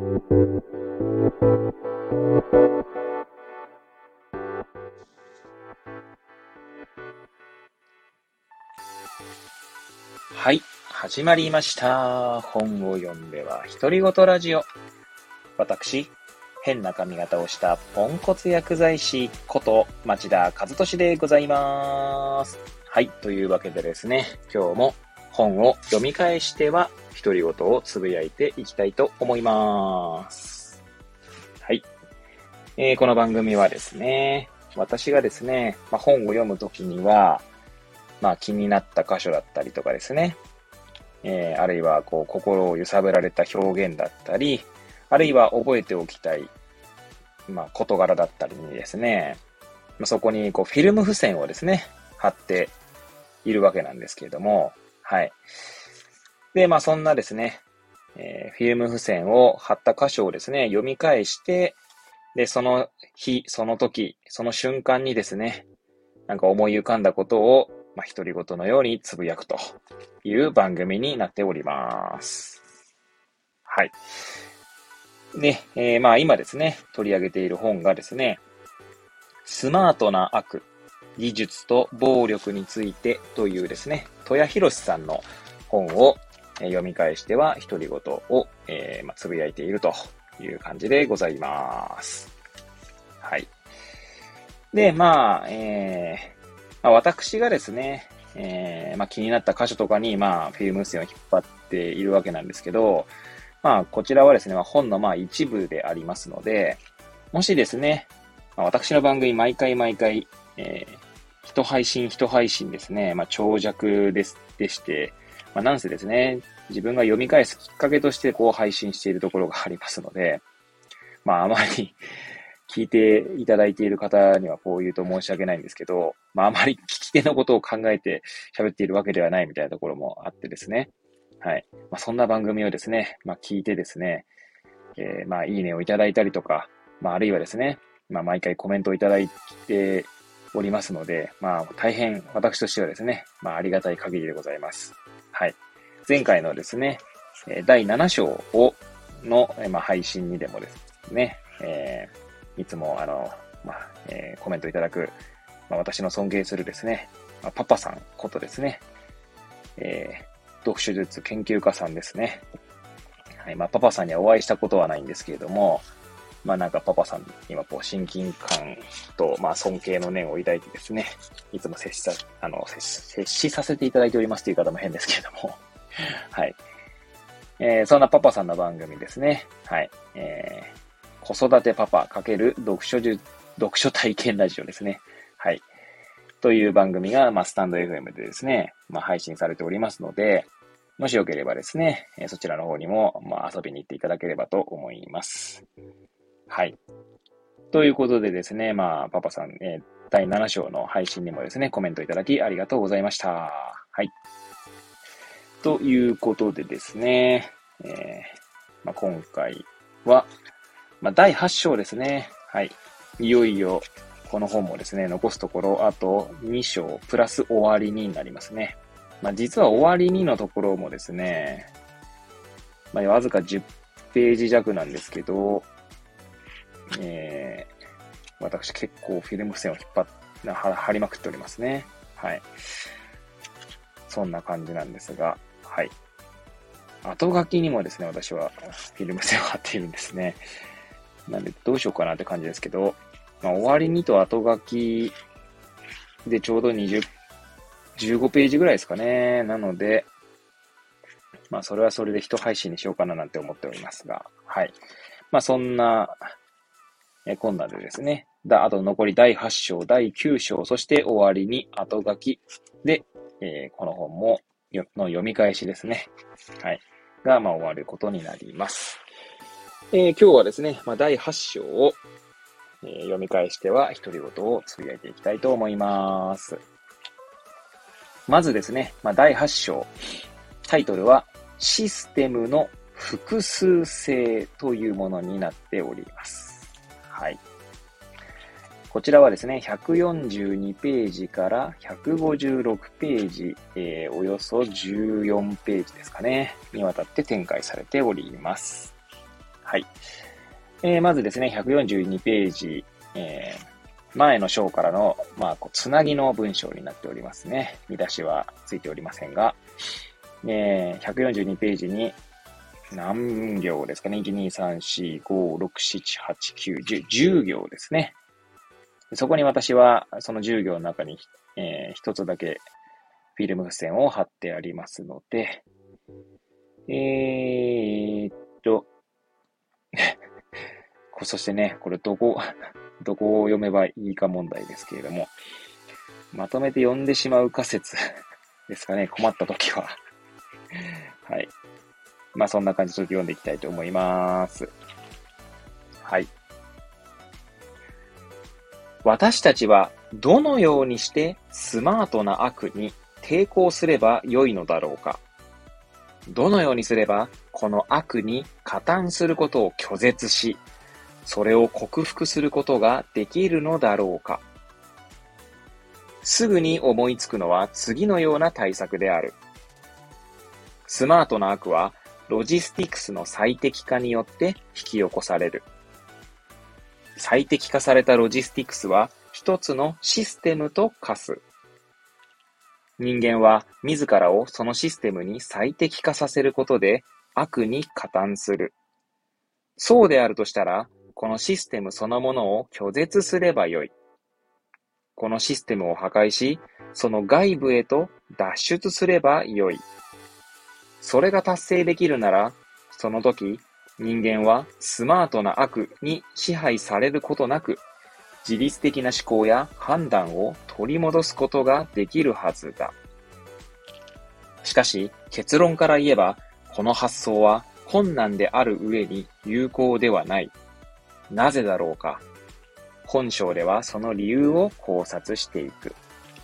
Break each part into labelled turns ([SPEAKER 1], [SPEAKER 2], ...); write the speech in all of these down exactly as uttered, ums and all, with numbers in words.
[SPEAKER 1] はい、始まりました。本を読んでは独り言ラジオ。私、変な髪型をしたポンコツ薬剤師こと町田和俊でございます。はい、というわけでですね、今日も本を読み返しては独り言をつぶやいていきたいと思います。はい、えー、この番組はですね、私がですね、まあ、本を読むときには、まあ気になった箇所だったりとかですね、えー、あるいはこう心を揺さぶられた表現だったり、あるいは覚えておきたい、まあ、事柄だったりにですね、まあ、そこにこうフィルム付箋をですね、貼っているわけなんですけれども、はい。で、まあそんなですね、えー、フィルム付箋を貼った箇所をですね、読み返して、で、その日、その時、その瞬間にですね、なんか思い浮かんだことを、まあ、独り言のようにつぶやくという番組になっております。はい。で、えー、まあ今ですね、取り上げている本がですね、スマートな悪、技術と暴力についてというですね、戸谷博さんの本を読み返しては独り言を、えーまあ、つぶやいているという感じでございます。はい。で、まあ、えーまあ、私がですね、えーまあ、気になった箇所とかに、まあ、フィルム線を引っ張っているわけなんですけど、まあ、こちらはですね、まあ、本のまあ一部でありますので、もしですね、まあ、私の番組毎回毎回、えー、一配信一配信ですね、まあ、長尺です、でして、まあ、なんせですね、自分が読み返すきっかけとしてこう配信しているところがありますので、まあ、あまり聞いていただいている方にはこう言うと申し訳ないんですけど、まああまり聞き手のことを考えて喋っているわけではないみたいなところもあってですね。はい。まあそんな番組をですね、まあ聞いてですね、えー、まあいいねをいただいたりとか、まああるいはですね、まあ毎回コメントをいただいておりますので、まあ大変私としてはですね、まあありがたい限りでございます。はい。前回のですね、だいなな章をの、まあ、配信にでもですね、えーいつも、あの、まあ、えー、コメントいただく、まあ、私の尊敬するですね、まあ、パパさんことですね、えー、読書術研究家さんですね。はい、まあ、パパさんにはお会いしたことはないんですけれども、まあ、なんかパパさんに今こう親近感と、まあ、尊敬の念を抱いてですね、いつも接しさ、あの、接し、接しさせていただいておりますという言い方も変ですけれども、はい。えー、そんなパパさんの番組ですね。はい。えー子育てパパ×読書術、読書体験ラジオですね。はい。という番組が、まあ、スタンド エフエム でですね、まあ、配信されておりますので、もしよければですね、そちらの方にも、まあ、遊びに行っていただければと思います。はい。ということでですね、まあ、パパさん、えー、だいなな章の配信にもですね、コメントいただきありがとうございました。はい。ということでですね、えーまあ、今回は、まあ、だいはち章ですね。はい。いよいよ、この本もですね、残すところ、あとに章、プラス終わりになりますね。まあ、実は終わりにのところもですね、まあ、わずかじゅっページ弱なんですけど、えー、私結構フィルム線を引っ張っ、貼りまくっておりますね。はい。そんな感じなんですが、はい。後書きにもですね、私はフィルム線を貼っているんですね。なんでどうしようかなって感じですけど、まあ、終わりにと後書きでちょうどにじゅう、じゅうごページぐらいですかね。なので、まあそれはそれで一配信にしようかななんて思っておりますが、はい。まあそんな、えこんなでですね、だあと残りだいはち章、だいきゅう章、そして終わりに後書きで、えー、この本もの読み返しですね。はい。が、まあ終わることになります。えー、今日はですね、まあ、だいはち章を、えー、読み返しては独り言をつぶやいていきたいと思います。まずですね、まあ、だいはち章、タイトルはシステムの複数性というものになっております。はい。こちらはですね、ひゃくよんじゅうにページからひゃくごじゅうろくページ、えー、およそじゅうよんページですかね、にわたって展開されております。 はい。えー、まずですね、ひゃくよんじゅうにページ、えー、前の章からの、まあ、こうつなぎの文章になっておりますね。見出しはついておりませんが、えー、ひゃくよんじゅうにページに何行ですかね。いち、に、さん、よん、ご、ろく、なな、はち、きゅう、じゅう、じゅう行ですね。そこに私は、そのじゅう行の中に、えー、一つだけフィルム付箋を貼ってありますので、えーっと、そしてね、これどこ、どこを読めばいいか問題ですけれども、まとめて読んでしまう仮説ですかね。困った時は。はい。まあそんな感じで読んでいきたいと思います。はい。私たちはどのようにしてスマートな悪に抵抗すればよいのだろうか。どのようにすればこの悪に加担することを拒絶し、それを克服することができるのだろうか。すぐに思いつくのは次のような対策である。スマートな悪はロジスティクスの最適化によって引き起こされる。最適化されたロジスティクスは一つのシステムと化す。人間は自らをそのシステムに最適化させることで悪に加担する。そうであるとしたら、このシステムそのものを拒絶すればよい。このシステムを破壊し、その外部へと脱出すればよい。それが達成できるなら、その時、人間はスマートな悪に支配されることなく、自律的な思考や判断を取り戻すことができるはずだ。しかし、結論から言えば、この発想は困難である上に有効ではない。なぜだろうか。本章ではその理由を考察していく。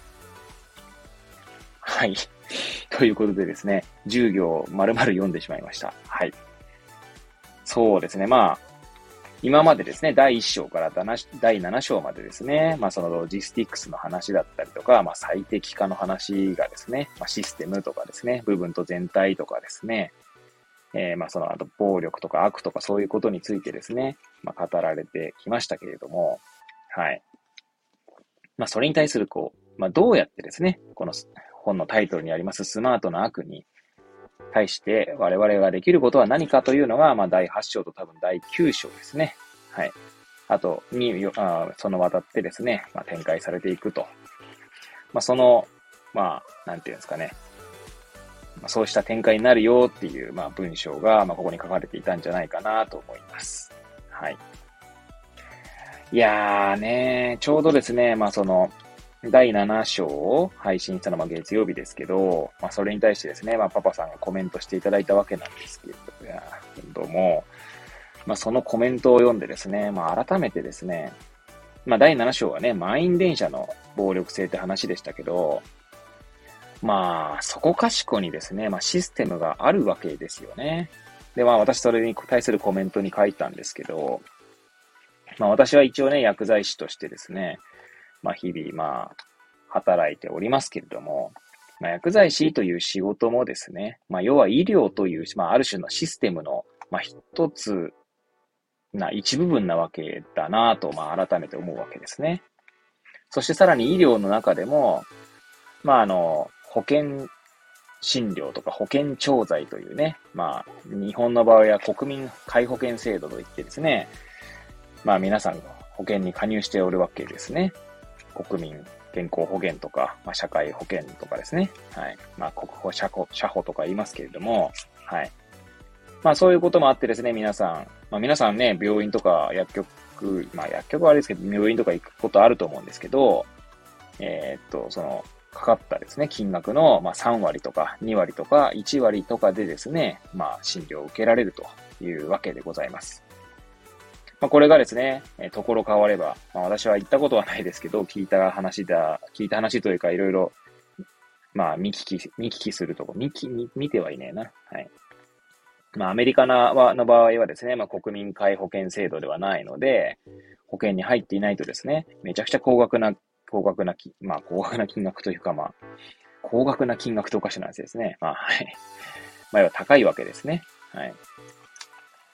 [SPEAKER 1] はい。ということでですね、じゅう行丸々読んでしまいました。はい。そうですね。まあ、今までですね、だいいっ章からだいなな章までですね、まあそのロジスティックスの話だったりとか、まあ最適化の話がですね、まあシステムとかですね、部分と全体とかですね、えー、まあその後暴力とか悪とかそういうことについてですね、まあ語られてきましたけれども、はい。まあそれに対するこう、まあどうやってですね、この本のタイトルにありますスマートな悪に対して我々ができることは何かというのが、まあだいはち章と多分だいきゅう章ですね。はい。あとに、あその渡ってですね、まあ、展開されていくと。まあその、まあ、なんていうんですかね。まあ、そうした展開になるよっていう、まあ文章が、まあここに書かれていたんじゃないかなと思います。はい。いやーね、ちょうどですね、まあその、だいなな章を配信したのは月曜日ですけど、まあそれに対してですね、まあパパさんがコメントしていただいたわけなんですけれども、まあそのコメントを読んでですね、まあ改めてですね、まあだいなな章はね、満員電車の暴力性って話でしたけど、まあそこかしこにですね、まあシステムがあるわけですよね。で、まあ私それに対するコメントに書いたんですけど、まあ私は一応ね、薬剤師としてですね、まあ日々まあ働いておりますけれども、まあ薬剤師という仕事もですね、まあ要は医療という、まあある種のシステムの、まあ一つな一部分なわけだなぁと、まあ改めて思うわけですね。そしてさらに医療の中でも、まああの、保険診療とか保険調剤というね、まあ日本の場合は国民皆保険制度といってですね、まあ皆さん保険に加入しておるわけですね。国民健康保険とか、まあ、社会保険とかですね。はい。まあ国保社保、社保とか言いますけれども、はい。まあそういうこともあってですね、皆さん、まあ皆さんね、病院とか薬局、まあ薬局はあれですけど、病院とか行くことあると思うんですけど、えー、っと、その、かかったですね、金額の、まあ、さん割とかに割とかいち割とかでですね、まあ診療を受けられるというわけでございます。まあ、これがですね、えー、ところ変われば、まあ、私は行ったことはないですけど、聞いた話だ、聞いた話というかいろいろ、まあ見聞き、見聞きするとこ、見聞、見、見てはいねえな。はい。まあ、アメリカの場合はですね、まあ、国民皆保険制度ではないので、保険に入っていないとですね、めちゃくちゃ高額な、高額な、まあ、高額な金額というか、まあ、高額な金額とおかしな話ですね。まあ、はい。まあ、要は高いわけですね。はい。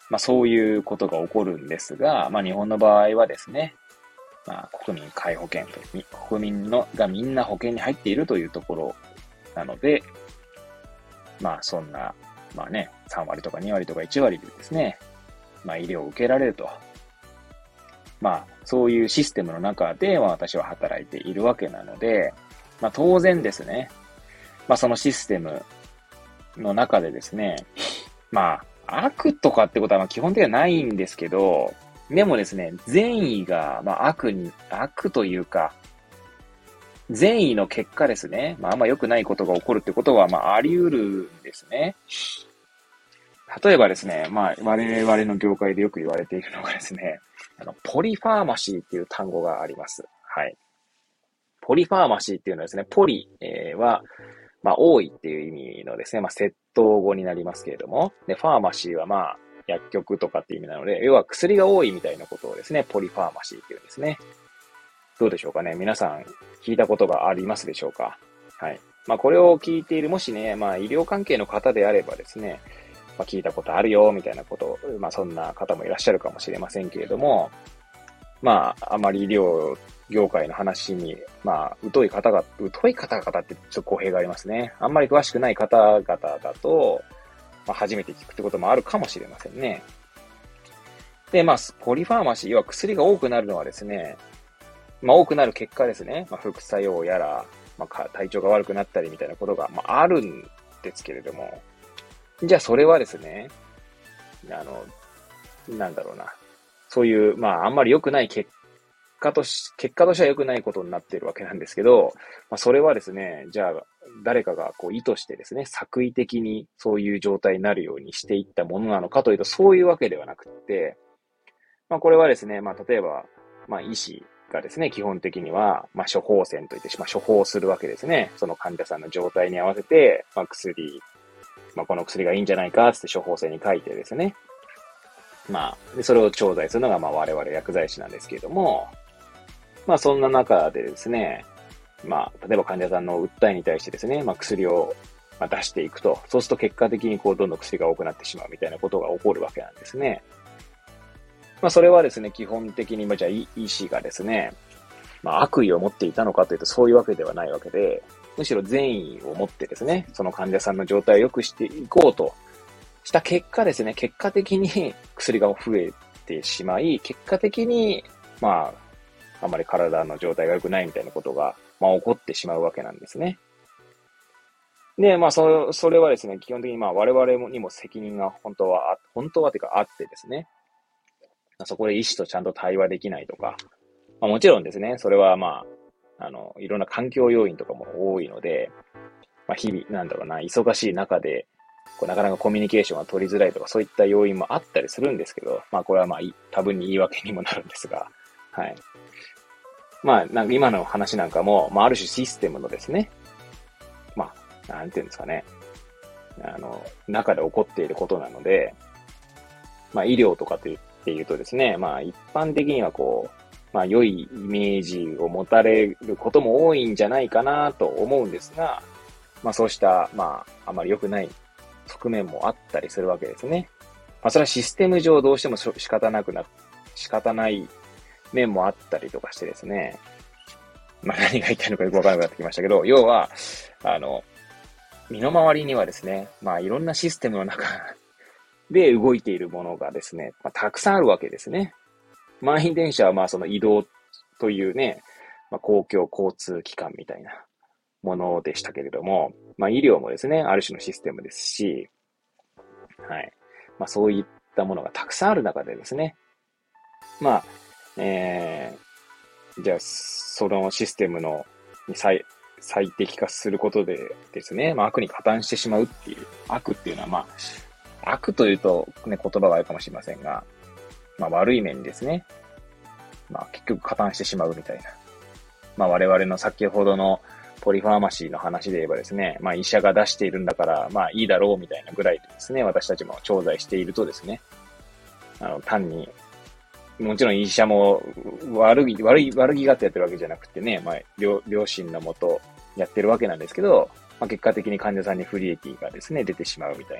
[SPEAKER 1] まあそういうことが起こるんですが、まあ日本の場合はですね、まあ国民皆保険と、国民のがみんな保険に入っているというところなので、まあそんな、まあね、さんわりとかにわりとかいちわりでですね、まあ医療を受けられると。まあそういうシステムの中で私は働いているわけなので、まあ当然ですね、まあそのシステムの中でですね、まあ悪とかってことはまあ基本的にはないんですけど、でもですね、善意がまあ悪に、悪というか、善意の結果ですね、まああんま良くないことが起こるってことはまああり得るんですね。例えばですね、まあ我々の業界でよく言われているのがですね、あの、ポリファーマシーっていう単語があります。はい。ポリファーマシーっていうのはですね、ポリ、えー、は、まあ、多いっていう意味のですね、まあ、窃盗語になりますけれども、で、ファーマシーはまあ、薬局とかって意味なので、要は薬が多いみたいなことをですね、ポリファーマシーっていうんですね。どうでしょうかね。皆さん聞いたことがありますでしょうか。はい。まあ、これを聞いている、もしね、まあ、医療関係の方であればですね、まあ、聞いたことあるよ、みたいなことを、まあ、そんな方もいらっしゃるかもしれませんけれども、まあ、あまり医療業界の話に、まあ、疎い方が、疎い方々ってちょっと語弊がありますね。あんまり詳しくない方々だと、まあ、初めて聞くってこともあるかもしれませんね。で、まあ、ポリファーマシー、要は薬が多くなるのはですね、まあ、多くなる結果ですね、まあ、副作用やら、まあ、体調が悪くなったりみたいなことが、まあ、あるんですけれども、じゃあそれはですね、あの、なんだろうな。そういう、まあ、あんまり良くない結果とし、結果としては良くないことになっているわけなんですけど、まあ、それはですね、じゃあ、誰かがこう意図してですね、作為的にそういう状態になるようにしていったものなのかというと、そういうわけではなくって、まあ、これはですね、まあ、例えば、まあ、医師がですね、基本的には、まあ、処方箋といって、まあ、処方するわけですね。その患者さんの状態に合わせて、まあ、薬、まあ、この薬がいいんじゃないか、つって処方箋に書いてですね、まあ、でそれを調剤するのが、まあ、我々薬剤師なんですけれども、まあ、そんな中でですね、まあ、例えば患者さんの訴えに対してですね、まあ、薬を出していくと、そうすると結果的にこう、どんどん薬が多くなってしまうみたいなことが起こるわけなんですね。まあ、それはですね、基本的に、まあ、じゃあ、医師がですね、まあ、悪意を持っていたのかというと、そういうわけではないわけで、むしろ善意を持ってですね、その患者さんの状態を良くしていこうとした結果ですね、結果的に薬が増えてしまい、結果的に、まあ、あまり体の状態が良くないみたいなことが、まあ、起こってしまうわけなんですね。で、まあ、そ、それはですね、基本的にまあ、我々にも責任が本当は、本当はというかあってですね、そこで医師とちゃんと対話できないとか、まあ、もちろんですね、それはまあ、あの、いろんな環境要因とかも多いので、まあ、日々、なんだろうな、忙しい中で、こうなかなかコミュニケーションが取りづらいとか、そういった要因もあったりするんですけど、まあ、これはまあ、多分に言い訳にもなるんですが、はい。まあ、なんか今の話なんかも、まあ、ある種システムのですね、まあ、なんていうんですかね、あの、中で起こっていることなので、まあ、医療とかっていうとですね、まあ、一般的にはこう、まあ、良いイメージを持たれることも多いんじゃないかなと思うんですが、まあ、そうした、まあ、あまり良くない側面もあったりするわけですね。まあ、それはシステム上どうしても仕方なくな、仕方ない面もあったりとかしてですね、まあ、何が言いたいのかよくわからなくなってきましたけど、要は、あの、身の回りにはですね、まあ、いろんなシステムの中で動いているものがですね、まあ、たくさんあるわけですね。満員電車はまあその移動というね、まあ、公共交通機関みたいなものでしたけれども、まあ医療もですね、ある種のシステムですし、はい。まあそういったものがたくさんある中でですね、まあ、えー、じゃあそのシステムのに最最適化することでですね、まあ悪に加担してしまうっていう、悪っていうのはまあ、悪というとね、言葉があるかもしれませんが、まあ悪い面にですね、まあ結局加担してしまうみたいな。まあ我々の先ほどのポリファーマシーの話で言えばですね、まあ医者が出しているんだから、まあいいだろうみたいなぐらいでですね、私たちも調剤しているとですね、あの単に、もちろん医者も悪い、悪い、悪気があってやってるわけじゃなくてね、まあ両、両親のもとやってるわけなんですけど、まあ結果的に患者さんに不利益がですね、出てしまうみたいな。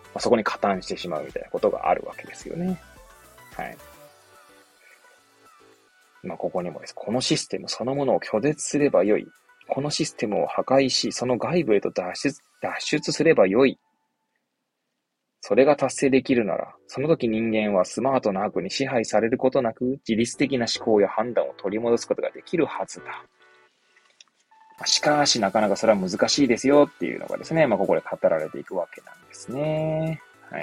[SPEAKER 1] あ、そこに加担してしまうみたいなことがあるわけですよね。はい。まあ、ここにもです。このシステムそのものを拒絶すればよい。このシステムを破壊し、その外部へと脱出、脱出すればよい。それが達成できるなら、その時人間はスマートな悪に支配されることなく、自律的な思考や判断を取り戻すことができるはずだ。しかし、なかなかそれは難しいですよっていうのがですね、まあ、ここで語られていくわけなんですね。はい。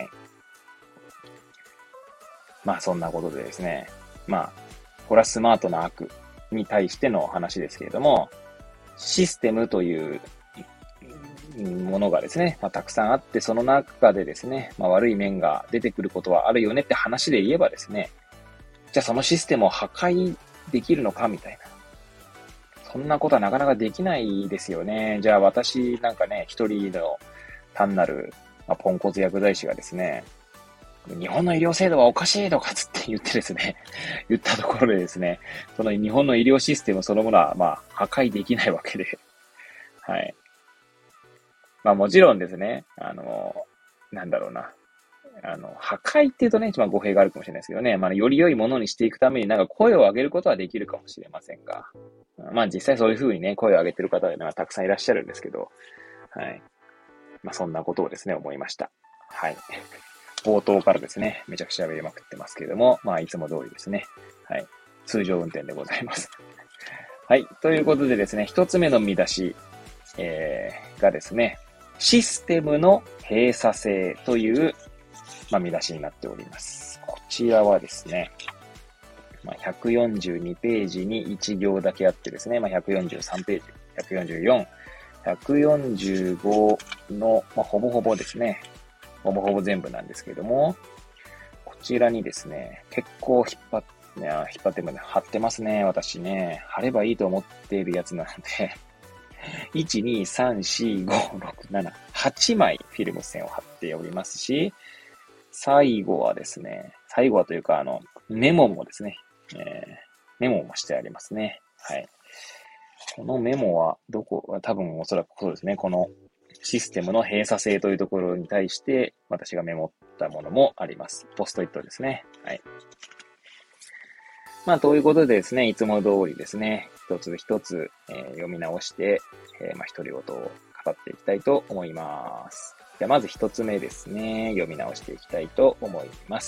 [SPEAKER 1] まあ、そんなことでですね。まあ、これはスマートな悪に対しての話ですけれども、システムというものがですね、まあ、たくさんあって、その中でですね、まあ、悪い面が出てくることはあるよねって話で言えばですね、じゃあそのシステムを破壊できるのかみたいな。そんなことはなかなかできないですよね。じゃあ私なんかね、一人の単なる、まあ、ポンコツ薬剤師がですね、日本の医療制度はおかしいとかつって言ってですね、言ったところでですね、その日本の医療システムそのものは、まあ、破壊できないわけで、はい。まあもちろんですね、あの、なんだろうな。あの、破壊っていうとね、一番語弊があるかもしれないですけどね、まあ、より良いものにしていくためになんか声を上げることはできるかもしれませんが、まあ実際そういう風にね、声を上げてる方がたくさんいらっしゃるんですけど、はい。まあそんなことをですね、思いました。はい。冒頭からですね、めちゃくちゃ喋りまくってますけれども、まあいつも通りですね、はい。通常運転でございます。はい。ということでですね、一つ目の見出し、えー、がですね、システムの閉鎖性という、まあ、見出しになっております。こちらはですね、まあ、ひゃくよんじゅうにページにいち行だけあってですね、まあ、ひゃくよんじゅうさんページ、ひゃくよんじゅうよん、ひゃくよんじゅうごの、まあ、ほぼほぼですね、ほぼほぼ全部なんですけれども、こちらにですね、結構引っ張って、ね、引っ張ってもね、貼ってますね、私ね。貼ればいいと思っているやつなので、いち、に、さん、よん、ご、ろく、なな、はちまいフィルム線を貼っておりますし、最後はですね、最後はというか、あの、メモもですね、えー、メモもしてありますね。はい。このメモは、どこ、多分おそらくそうですね、このシステムの閉鎖性というところに対して、私がメモったものもあります。ポストイットですね。はい。まあ、ということでですね、いつも通りですね、一つ一つ、えー、読み直して、えー、まあ、独り言を語っていきたいと思います。じゃあ、まず一つ目ですね、読み直していきたいと思います。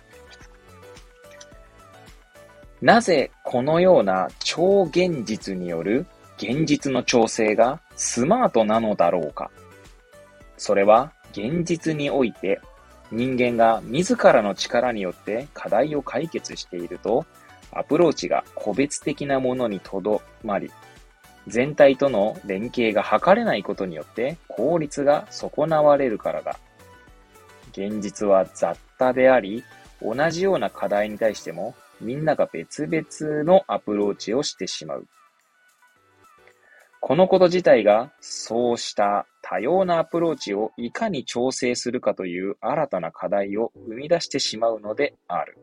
[SPEAKER 1] なぜこのような超現実による現実の調整がスマートなのだろうか。それは現実において人間が自らの力によって課題を解決していると、アプローチが個別的なものにとどまり、全体との連携が図れないことによって効率が損なわれるからだ。現実は雑多であり、同じような課題に対してもみんなが別々のアプローチをしてしまう。このこと自体がそうした多様なアプローチをいかに調整するかという新たな課題を生み出してしまうのである。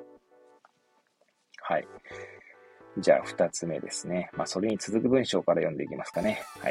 [SPEAKER 1] はい。じゃあ二つ目ですね。まあそれに続く文章から読んでいきますかね。はい。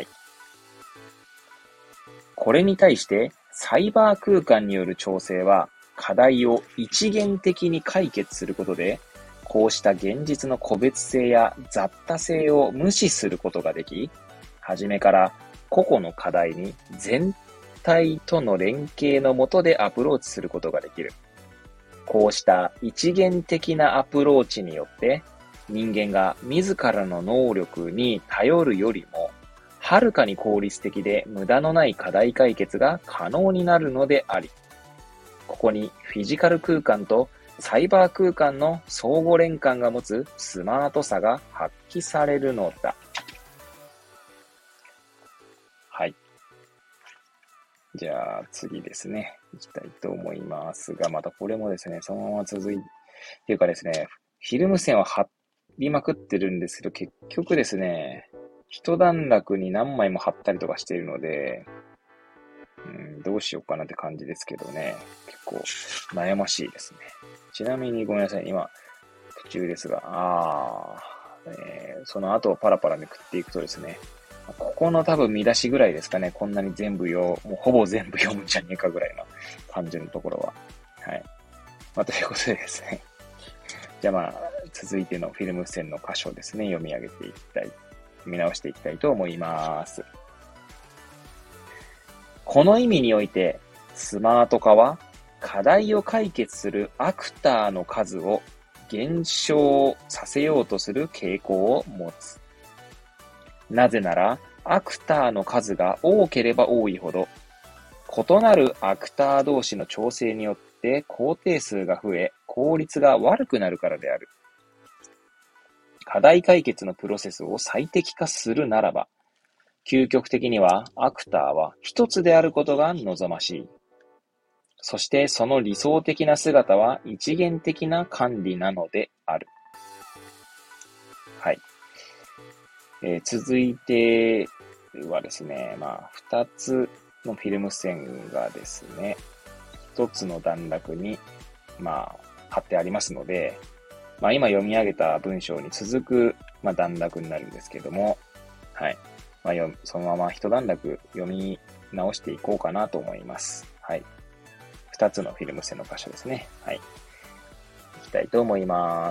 [SPEAKER 1] これに対してサイバー空間による調整は課題を一元的に解決することで、こうした現実の個別性や雑多性を無視することができ、初めから個々の課題に全体との連携の下でアプローチすることができる。こうした一元的なアプローチによって、人間が自らの能力に頼るよりも、はるかに効率的で無駄のない課題解決が可能になるのであり、ここにフィジカル空間とサイバー空間の相互連関が持つスマートさが発揮されるのだ。はい。じゃあ次ですね。いきたいと思いますが、またこれもですね、そのまま続いて、っていうかですね、フィルム線を貼りまくってるんですけど、結局ですね、一段落に何枚も貼ったりとかしているので、うん、どうしようかなって感じですけどね。結構悩ましいですね。ちなみにごめんなさい。今、途中ですが、あー、えー、その後をパラパラめくっていくとですね、 ここの多分見出しぐらいですかね。こんなに全部よ、もうほぼ全部読むんじゃねえかぐらいの感じのところは。はい。まあ、ということでですね。じゃあまあ、続いてのフィルム線の箇所ですね。読み上げていきたい。見直していきたいと思います。この意味において、スマート化は課題を解決するアクターの数を減少させようとする傾向を持つ。なぜなら、アクターの数が多ければ多いほど、異なるアクター同士の調整によって工程数が増え、効率が悪くなるからである。課題解決のプロセスを最適化するならば、究極的にはアクターは一つであることが望ましい。そしてその理想的な姿は一元的な管理なのである。はい。えー、続いてはですね、まあ、二つのフィルム線がですね、一つの段落に、まあ、貼ってありますので、まあ、今読み上げた文章に続く、まあ、段落になるんですけども、はい。まあ、読そのまま一段落読み直していこうかなと思います。はい。二つのフィルム線の箇所ですね。はい。いきたいと思います。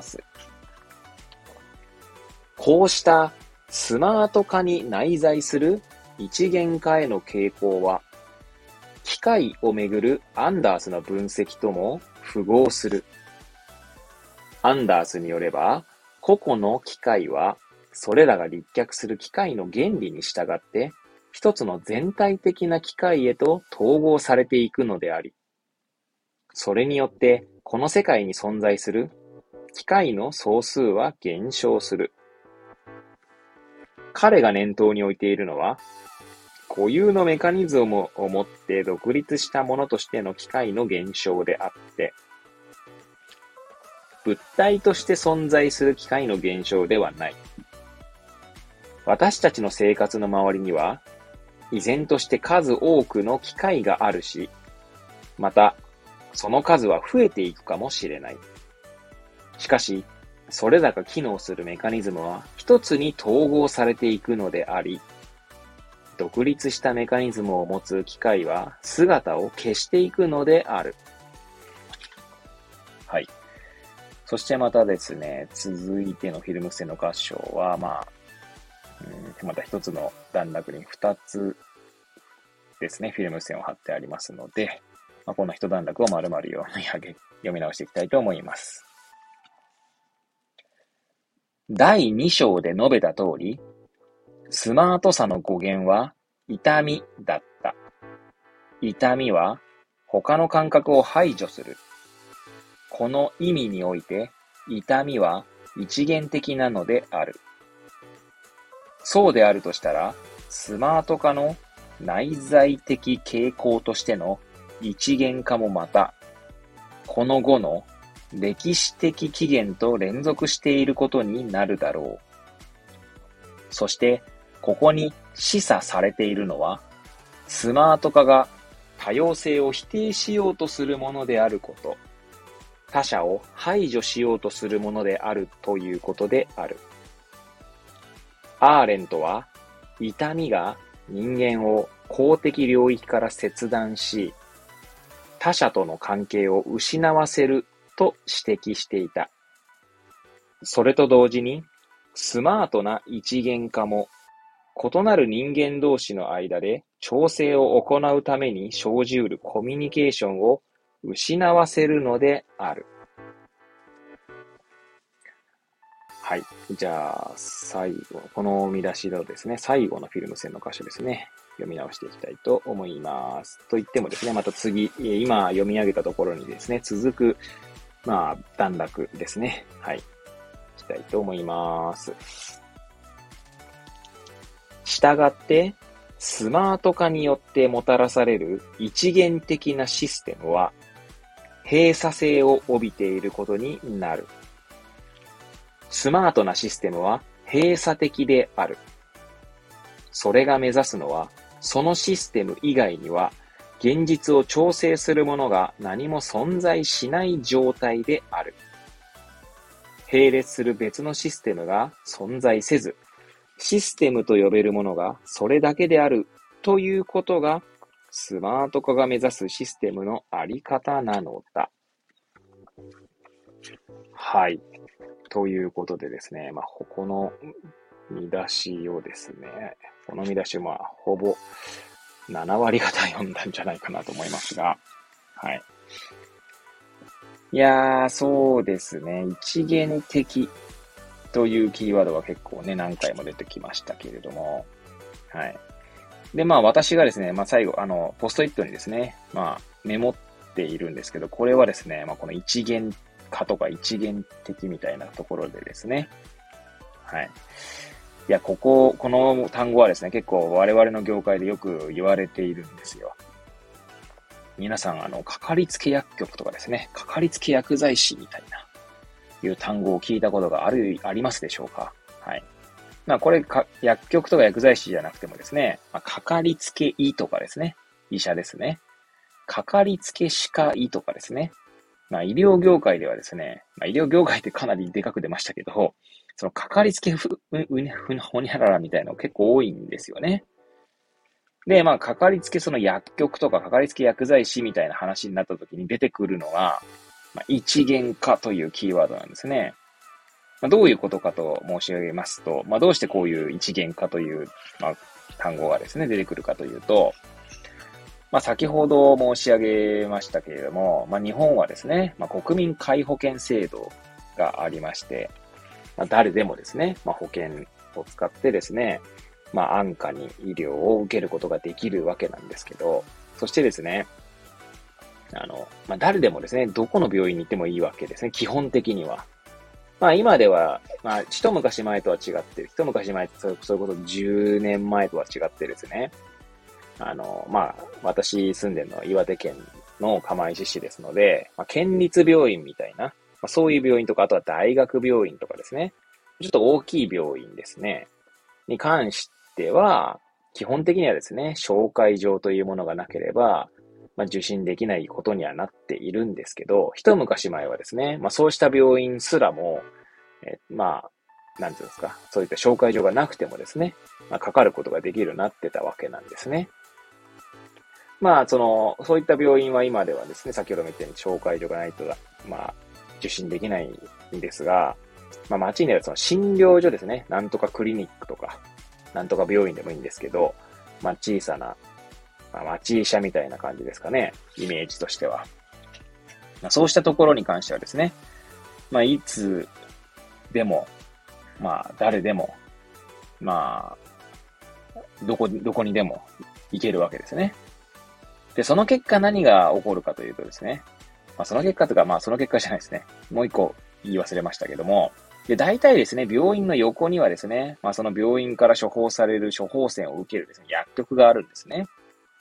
[SPEAKER 1] こうしたスマート化に内在する一元化への傾向は、機械をめぐるアンダースの分析とも符合する。アンダースによれば、個々の機械は、それらが立脚する機械の原理に従って、一つの全体的な機械へと統合されていくのであり、それによって、この世界に存在する機械の総数は減少する。彼が念頭に置いているのは、固有のメカニズムを持って独立したものとしての機械の減少であって、物体として存在する機械の減少ではない。私たちの生活の周りには、依然として数多くの機械があるし、また、その数は増えていくかもしれない。しかし、それらが機能するメカニズムは一つに統合されていくのであり、独立したメカニズムを持つ機械は姿を消していくのである。はい。そしてまたですね、続いてのフィルム線の箇所は、まあ、うん、また一つの段落に二つですね、フィルム線を貼ってありますので、まあ、この一段落を丸々読み上げ、読み直していきたいと思います。だいに章で述べた通り、スマートさの語源は痛みだった。痛みは他の感覚を排除する。この意味において、痛みは一元的なのである。そうであるとしたら、スマート化の内在的傾向としての一元化もまた、この後の歴史的起源と連続していることになるだろう。そして、ここに示唆されているのは、スマート化が多様性を否定しようとするものであること、他者を排除しようとするものであるということである。アーレントは、痛みが人間を公的領域から切断し、他者との関係を失わせると指摘していた。それと同時に、スマートな一元化も、異なる人間同士の間で調整を行うために生じうるコミュニケーションを失わせるのである。はい。じゃあ、最後、この見出しのですね、最後のフィルム線の箇所ですね。読み直していきたいと思います。と言ってもですね、また次、今読み上げたところにですね、続く、まあ、段落ですね。はい。いきたいと思います。したがって、スマート化によってもたらされる一元的なシステムは、閉鎖性を帯びていることになる。スマートなシステムは閉鎖的である。それが目指すのは、そのシステム以外には、現実を調整するものが何も存在しない状態である。並列する別のシステムが存在せず、 システムと呼べるものがそれだけであるということが、スマート化が目指すシステムのあり方なのだ。はい。ということでですね、まあ、この見出しをですね、この見出しはほぼなな割方読んだんじゃないかなと思いますが、はい。いやー、そうですね、一元的というキーワードは結構ね、何回も出てきましたけれども、はい。で、まあ私がですね、まあ最後、あの、ポストイットにですね、まあメモっているんですけど、これはですね、まあこの一元化とか一元的みたいなところでですね、はい。いや、ここ、この単語はですね、結構我々の業界でよく言われているんですよ。皆さん、あの、かかりつけ薬局とかですね、かかりつけ薬剤師みたいな、いう単語を聞いたことがある、ありますでしょうか？はい。まあ、これか、薬局とか薬剤師じゃなくてもですね、まあ、かかりつけ医とかですね、医者ですね。かかりつけ歯科医とかですね。まあ、医療業界ではですね、まあ、医療業界ってかなりでかく出ましたけど、そのかかりつけふ、う、うにゃ、ふにゃ、ほにゃららみたいなの結構多いんですよね。で、まあ、かかりつけその薬局とかかかりつけ薬剤師みたいな話になった時に出てくるのが、まあ、一元化というキーワードなんですね。まあ、どういうことかと申し上げますと、まあ、どうしてこういう一元化という、まあ、単語がですね、出てくるかというと、まあ、先ほど申し上げましたけれども、まあ、日本はですね、まあ、国民皆保険制度がありまして、まあ、誰でもですね、まあ、保険を使ってですね、まあ、安価に医療を受けることができるわけなんですけど、そしてですね、あの、まあ、誰でもですね、どこの病院に行ってもいいわけですね、基本的には。まあ今では、まあ一昔前とは違ってる。一昔前ってそういうことじゅうねんまえとは違ってですね。あの、まあ私住んでるのは岩手県の釜石市ですので、まあ、県立病院みたいな、まあ、そういう病院とか、あとは大学病院とかですね。ちょっと大きい病院ですね。に関しては、基本的にはですね、紹介状というものがなければ、まあ、受診できないことにはなっているんですけど、一昔前はですね、まあそうした病院すらも、えまあ、なんていうんですか、そういった紹介状がなくてもですね、まあ、かかることができるようになってたわけなんですね。まあ、その、そういった病院は今ではですね、先ほども言ったように紹介状がないと、まあ、受診できないんですが、まあ、街にあるその診療所ですね、なんとかクリニックとか、なんとか病院でもいいんですけど、まあ、小さな、まあ、町医者みたいな感じですかね、イメージとしては。まあ、そうしたところに関してはですね、まあ、いつでも、まあ、誰でも、まあ、どこ、どこにでも行けるわけですね。で、その結果何が起こるかというとですね、まあ、その結果というか、まあ、その結果じゃないですね。もう一個言い忘れましたけども、で、大体ですね、病院の横にはですね、まあ、その病院から処方される処方箋を受けるですね、薬局があるんですね。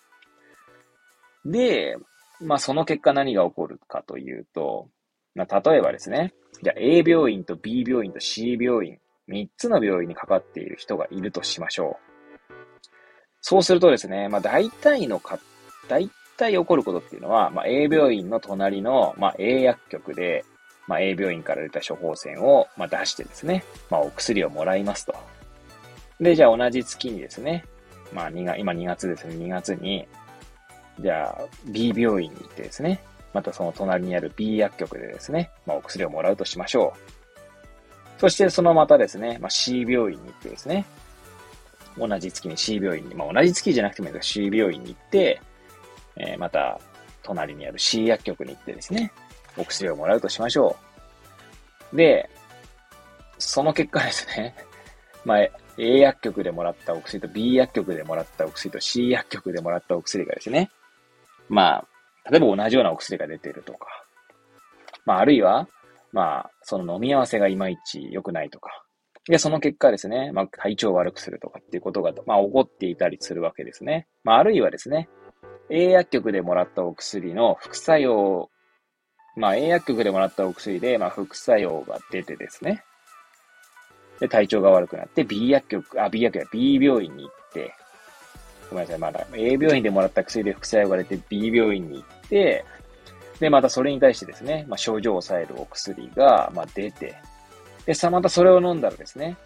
[SPEAKER 1] で、まあ、その結果何が起こるかというと、まあ、例えばですね、じゃあ A 病院と B 病院と C 病院、みっつの病院にかかっている人がいるとしましょう。そうするとですね、まあ大体のか、大体起こることっていうのは、まあ A 病院の隣の、まあ A 薬局で、まあ A 病院から出た処方箋を、まあ出してですね、まあお薬をもらいますと。で、じゃあ同じ月にですね、まあにが、今にがつですね、にがつに、じゃあ B 病院に行ってですね、またその隣にある B 薬局でですね、まあお薬をもらうとしましょう。そしてそのまたですね、まあ、C 病院に行ってですね、同じ月に C 病院に、まあ、同じ月じゃなくてもいいですが C 病院に行って、えー、また隣にある C 薬局に行ってですね、お薬をもらうとしましょう。で、その結果ですね、まあ、A 薬局でもらったお薬と B 薬局でもらったお薬と C 薬局でもらったお薬がですね、まあ、例えば同じようなお薬が出ているとか、まあ、あるいは、まあ、その飲み合わせがいまいち良くないとか。で、その結果ですね、まあ、体調を悪くするとかっていうことが、まあ、起こっていたりするわけですね。まあ、あるいはですね、A 薬局でもらったお薬の副作用、まあ、A 薬局でもらったお薬で、まあ、副作用が出てですね、で、体調が悪くなって B 薬局、あ、B 薬局、B 病院に行って、ごめんなさい、まだ A 病院でもらった薬で副作用が出て B 病院に行って、で、またそれに対してですね、まあ、症状を抑えるお薬が、まあ、出て、で、さ、またそれを飲んだらですね、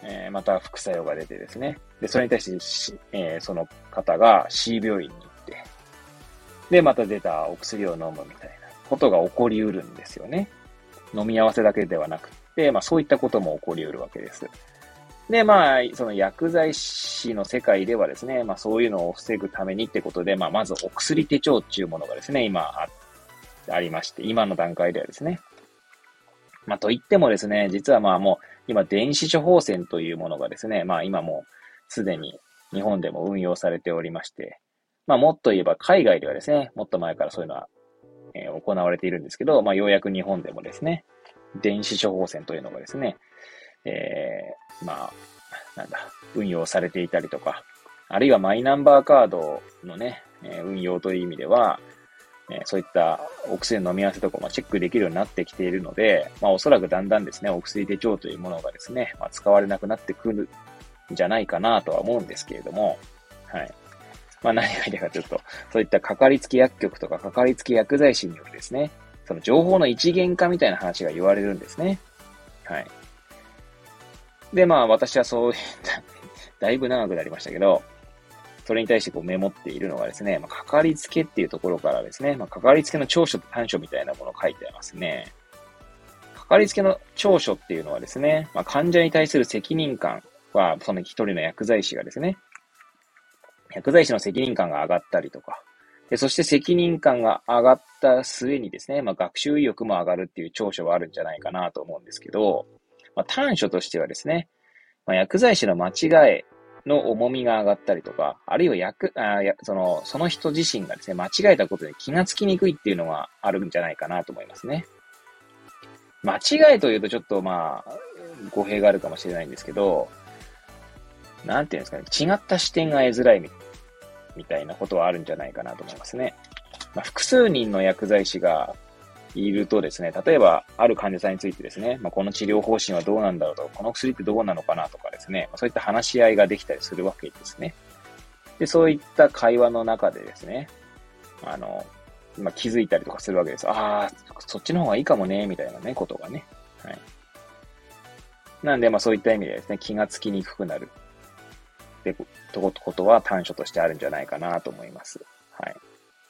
[SPEAKER 1] えー、また副作用が出てですね。で、それに対して、えー、その方が C 病院に行って、で、また出たお薬を飲むみたいなことが起こりうるんですよね。飲み合わせだけではなくて、まあそういったことも起こりうるわけです。で、まあ、その薬剤師の世界ではですね、まあそういうのを防ぐためにってことで、まあまずお薬手帳っていうものがですね、今あ、ありまして、今の段階ではですね。まあと言ってもですね、実はまあもう今電子処方箋というものがですね、まあ今もうすでに日本でも運用されておりまして、まあもっと言えば海外ではですね、もっと前からそういうのは、えー、行われているんですけど、まあようやく日本でもですね、電子処方箋というのがですね、えー、まあ、なんだ、運用されていたりとか、あるいはマイナンバーカードのね、えー、運用という意味では、えー、そういったお薬の飲み合わせとかもチェックできるようになってきているので、まあおそらくだんだんですね、お薬手帳というものがですね、まあ、使われなくなってくるんじゃないかなとは思うんですけれども、はい。まあ何が言いたいかというと、そういったかかりつけ薬局とかかかりつけ薬剤師によるですね、その情報の一元化みたいな話が言われるんですね。はい。で、まあ私はそういっただいぶ長くなりましたけど、それに対してこうメモっているのがですね、まあ、かかりつけっていうところからですね、まあ、かかりつけの長所と短所みたいなものを書いてありますね。かかりつけの長所っていうのはですね、まあ、患者に対する責任感は、その一人の薬剤師がですね、薬剤師の責任感が上がったりとか、でそして責任感が上がった末にですね、まあ、学習意欲も上がるっていう長所はあるんじゃないかなと思うんですけど、まあ、短所としてはですね、まあ、薬剤師の間違いの重みが上がったりとか、あるいは薬、あやその、その人自身がですね、間違えたことで気がつきにくいっていうのがあるんじゃないかなと思いますね。間違いというとちょっとまあ、語弊があるかもしれないんですけど、なんていうんですかね、違った視点が得づらいみみたいなことはあるんじゃないかなと思いますね。まあ、複数人の薬剤師がいるとですね、例えば、ある患者さんについてですね、まあ、この治療方針はどうなんだろうとか、この薬ってどうなのかなとかですね、そういった話し合いができたりするわけですね。で、そういった会話の中でですね、あの、まあ、気づいたりとかするわけです。ああ、そっちの方がいいかもね、みたいなね、ことがね。はい。なんで、まあそういった意味でですね、気がつきにくくなるってことは短所としてあるんじゃないかなと思います。はい。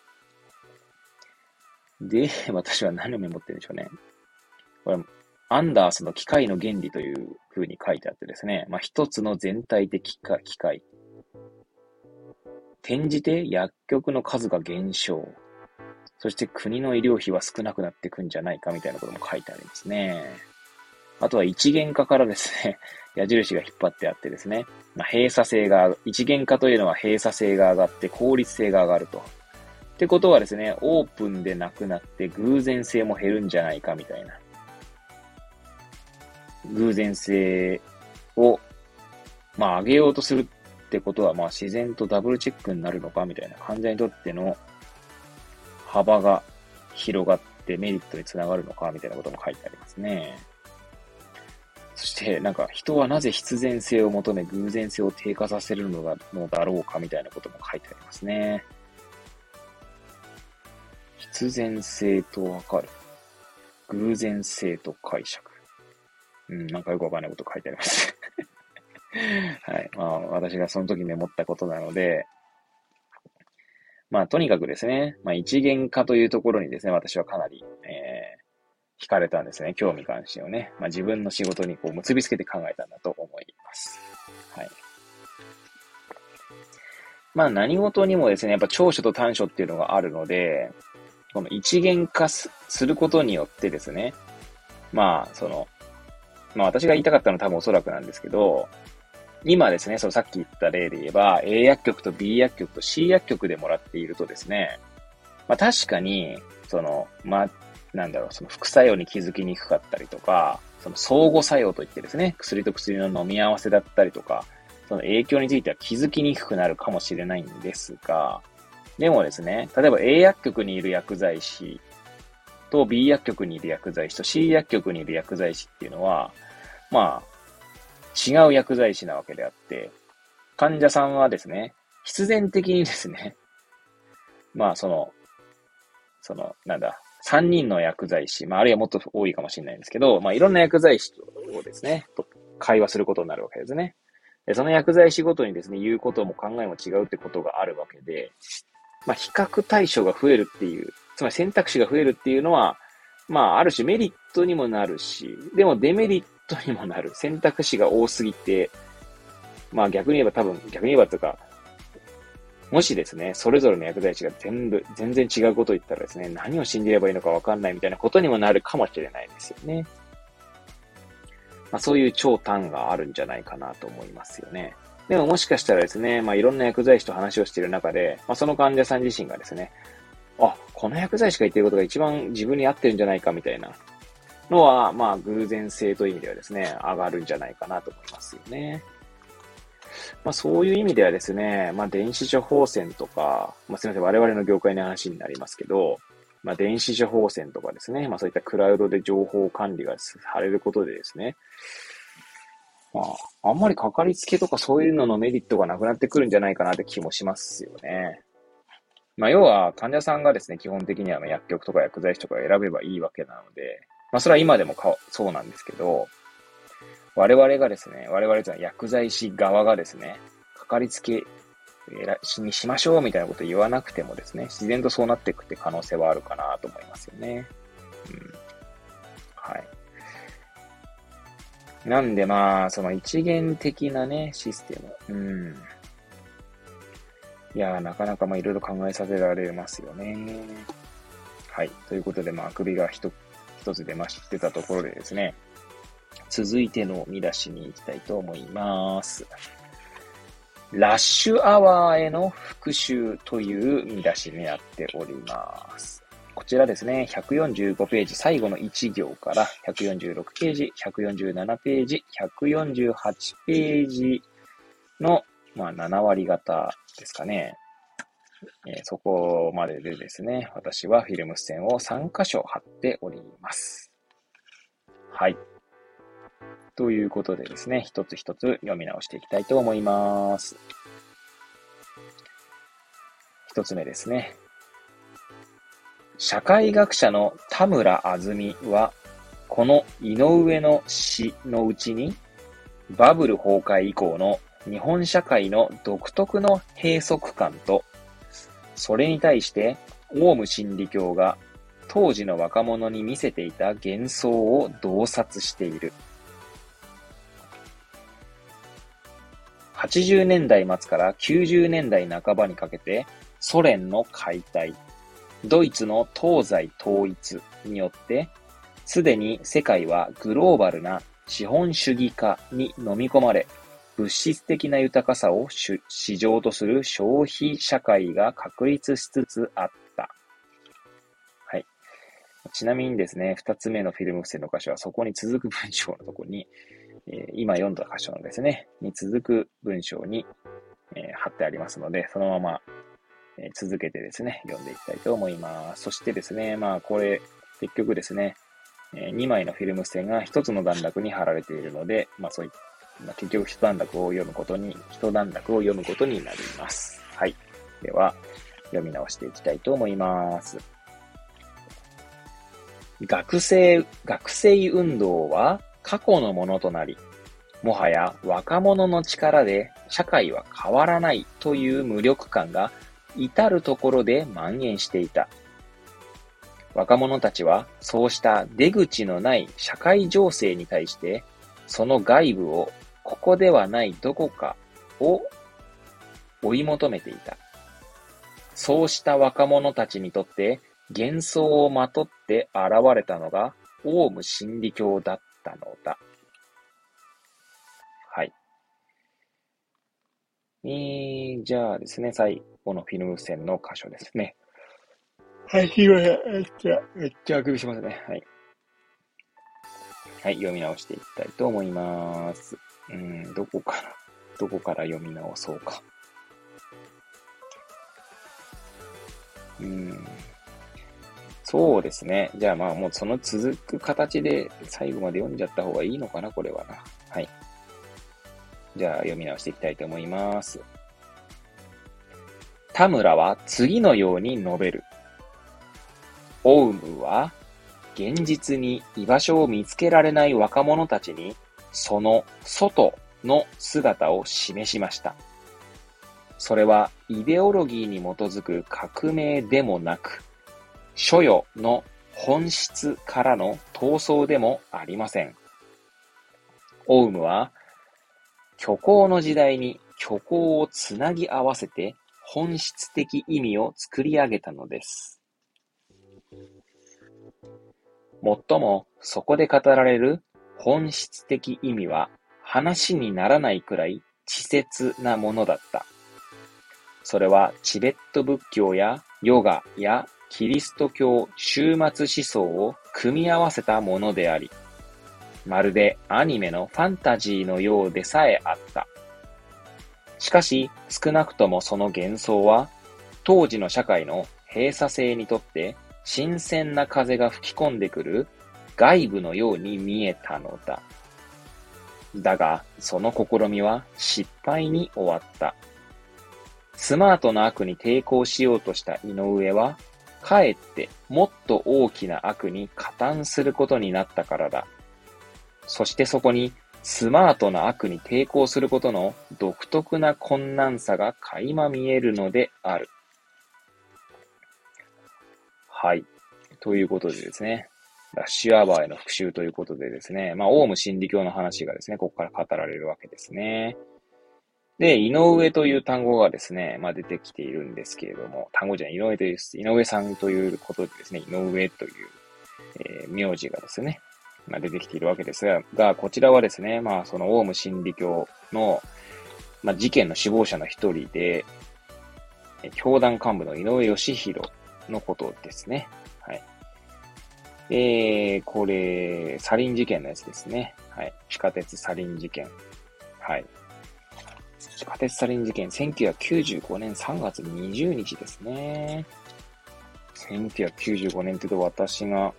[SPEAKER 1] で、私は何をメモってるんでしょうね。これ、アンダースの機械の原理という風に書いてあってですね、まあ、一つの全体的機械。転じて薬局の数が減少。そして国の医療費は少なくなっていくんじゃないかみたいなことも書いてありますね。あとは一元化からですね、矢印が引っ張ってあってですね、まあ、閉鎖性が、一元化というのは閉鎖性が上がって効率性が上がると。ってことはですね、オープンでなくなって偶然性も減るんじゃないかみたいな。偶然性を、まあ上げようとするってことは、まあ自然とダブルチェックになるのかみたいな、患者にとっての幅が広がってメリットにつながるのかみたいなことも書いてありますね。そして、なんか人はなぜ必然性を求め偶然性を低下させるのだろうかみたいなことも書いてありますね。必然性とわかる。偶然性と解釈。うん、なんかよくわかんないこと書いてあります。はい。まあ、私がその時メモったことなので、まあ、とにかくですね、まあ、一元化というところにですね、私はかなり、えー、惹かれたんですね。興味関心をね。まあ、自分の仕事にこう結びつけて考えたんだと思います。はい。まあ、何事にもですね、やっぱ長所と短所っていうのがあるので、この一元化することによってですね、まあ、その、まあ私が言いたかったのは多分おそらくなんですけど、今ですね、そのさっき言った例で言えば、A 薬局と B 薬局と C 薬局でもらっているとですね、まあ確かに、その、まあ、なんだろう、その副作用に気づきにくかったりとか、その相互作用といってですね、薬と薬の飲み合わせだったりとか、その影響については気づきにくくなるかもしれないんですが、でもですね、例えば A 薬局にいる薬剤師と B 薬局にいる薬剤師と C 薬局にいる薬剤師っていうのは、まあ、違う薬剤師なわけであって、患者さんはですね、必然的にですね、まあその、その、なんだ、さんにんの薬剤師、まああるいはもっと多いかもしれないんですけど、まあいろんな薬剤師をですね、と会話することになるわけですね。で、その薬剤師ごとにですね、言うことも考えも違うってことがあるわけで、まあ、比較対象が増えるっていう、つまり選択肢が増えるっていうのは、まあ、ある種メリットにもなるし、でもデメリットにもなる。選択肢が多すぎて、まあ逆に言えば多分、逆に言えばというか、もしですね、それぞれの薬剤師が全部、全然違うことを言ったらですね、何を信じればいいのかわかんないみたいなことにもなるかもしれないですよね。まあそういう超端があるんじゃないかなと思いますよね。でももしかしたらですね、まあいろんな薬剤師と話をしている中で、まあその患者さん自身がですね、あ、この薬剤師が言っていることが一番自分に合ってるんじゃないかみたいなのは、まあ偶然性という意味ではですね、上がるんじゃないかなと思いますよね。まあそういう意味ではですね、まあ電子処方箋とか、まあすみません、我々の業界の話になりますけど、まあ電子処方箋とかですね、まあそういったクラウドで情報管理がされることでですね、まああんまりかかりつけとかそういうののメリットがなくなってくるんじゃないかなって気もしますよね。まあ要は患者さんがですね、基本的には薬局とか薬剤師とかを選べばいいわけなので、まあそれは今でもかそうなんですけど、我々がですね、我々というのは薬剤師側がですね、かかりつけにしましょうみたいなことを言わなくてもですね、自然とそうなっていくって可能性はあるかなと思いますよね。うん。はい。なんでまあ、その一元的なね、システム。うん。いやー、なかなかまあいろいろ考えさせられますよね。はい。ということでまあ、首が一つ出ましてたところでですね、続いての見出しに行きたいと思います。ラッシュアワーへの復習という見出しになっております。こちらですね、ひゃくよんじゅうごページ、最後のいち行からひゃくよんじゅうろくページ、ひゃくよんじゅうななページ、ひゃくよんじゅうはちページの、まあ、なな割方ですかね。えー、そこまででですね、私はフィルム線をさん箇所貼っております。はい。ということでですね、一つ一つ読み直していきたいと思います。一つ目ですね。社会学者の田村あずみは、この井上の詩のうちに、バブル崩壊以降の日本社会の独特の閉塞感と、それに対してオウム真理教が当時の若者に見せていた幻想を洞察している。はちじゅうねんだい末からきゅうじゅうねんだい半ばにかけて、ソ連の解体、ドイツの東西統一によって、すでに世界はグローバルな資本主義化に飲み込まれ、物質的な豊かさを市場とする消費社会が確立しつつあった。はい。ちなみにですね、二つ目のフィルム付箋の箇所はそこに続く文章のところに、えー、今読んだ箇所のですね、に続く文章に、えー、貼ってありますので、そのまま、えー、続けてですね、読んでいきたいと思います。そしてですね、まあこれ、結局ですね、えー、にまいのフィルム付箋がひとつの段落に貼られているので、まあそういった、まあ、結局一段落を読むことに、一段落を読むことになります。はい。では、読み直していきたいと思います。学生、学生運動は過去のものとなり、もはや若者の力で社会は変わらないという無力感が至るところで蔓延していた。若者たちはそうした出口のない社会情勢に対して、その外部をここではないどこかを追い求めていた。そうした若者たちにとって幻想をまとって現れたのがオウム真理教だったのだ。はい。えー、じゃあですね、最後のフィルム線の箇所ですね。はい、ひません。めっちゃ、めっちゃあくびしますね。はい。はい、読み直していきたいと思います。うん、どこから、どこから読み直そうか。うん。そうですね。じゃあまあもうその続く形で最後まで読んじゃった方がいいのかな、これはな。はい。じゃあ読み直していきたいと思います。田村は次のように述べる。オウムは現実に居場所を見つけられない若者たちにその外の姿を示しました。それはイデオロギーに基づく革命でもなく、所与の本質からの闘争でもありません。オウムは、虚構の時代に虚構をつなぎ合わせて本質的意味を作り上げたのです。もっとも、そこで語られる本質的意味は話にならないくらい稚拙なものだった。それはチベット仏教やヨガやキリスト教終末思想を組み合わせたものであり、まるでアニメのファンタジーのようでさえあった。しかし、少なくともその幻想は、当時の社会の閉鎖性にとって新鮮な風が吹き込んでくる外部のように見えたのだ。だが、その試みは失敗に終わった。スマートな悪に抵抗しようとした井上は、かえってもっと大きな悪に加担することになったからだ。そしてそこにスマートな悪に抵抗することの独特な困難さが垣間見えるのである。はい。ということでですね。ラッシュアワーへの復習ということでですね。まあ、オウム真理教の話がですね、ここから語られるわけですね。で、井上という単語がですね、まあ出てきているんですけれども、単語じゃない、井上という、井上さんということでですね、井上という、えー、名字がですね、まあ、出てきているわけですが、がこちらはですね、まあそのオウム真理教の、まあ、事件の首謀者の一人で、教団幹部の井上義弘のことですね。はい。えー、これ、サリン事件のやつですね。はい。地下鉄サリン事件。はい。地下鉄サリン事件、せんきゅうひゃくきゅうじゅうごねんさんがつにじゅうにちですね。せんきゅうひゃくきゅうじゅうごねんって言うと私が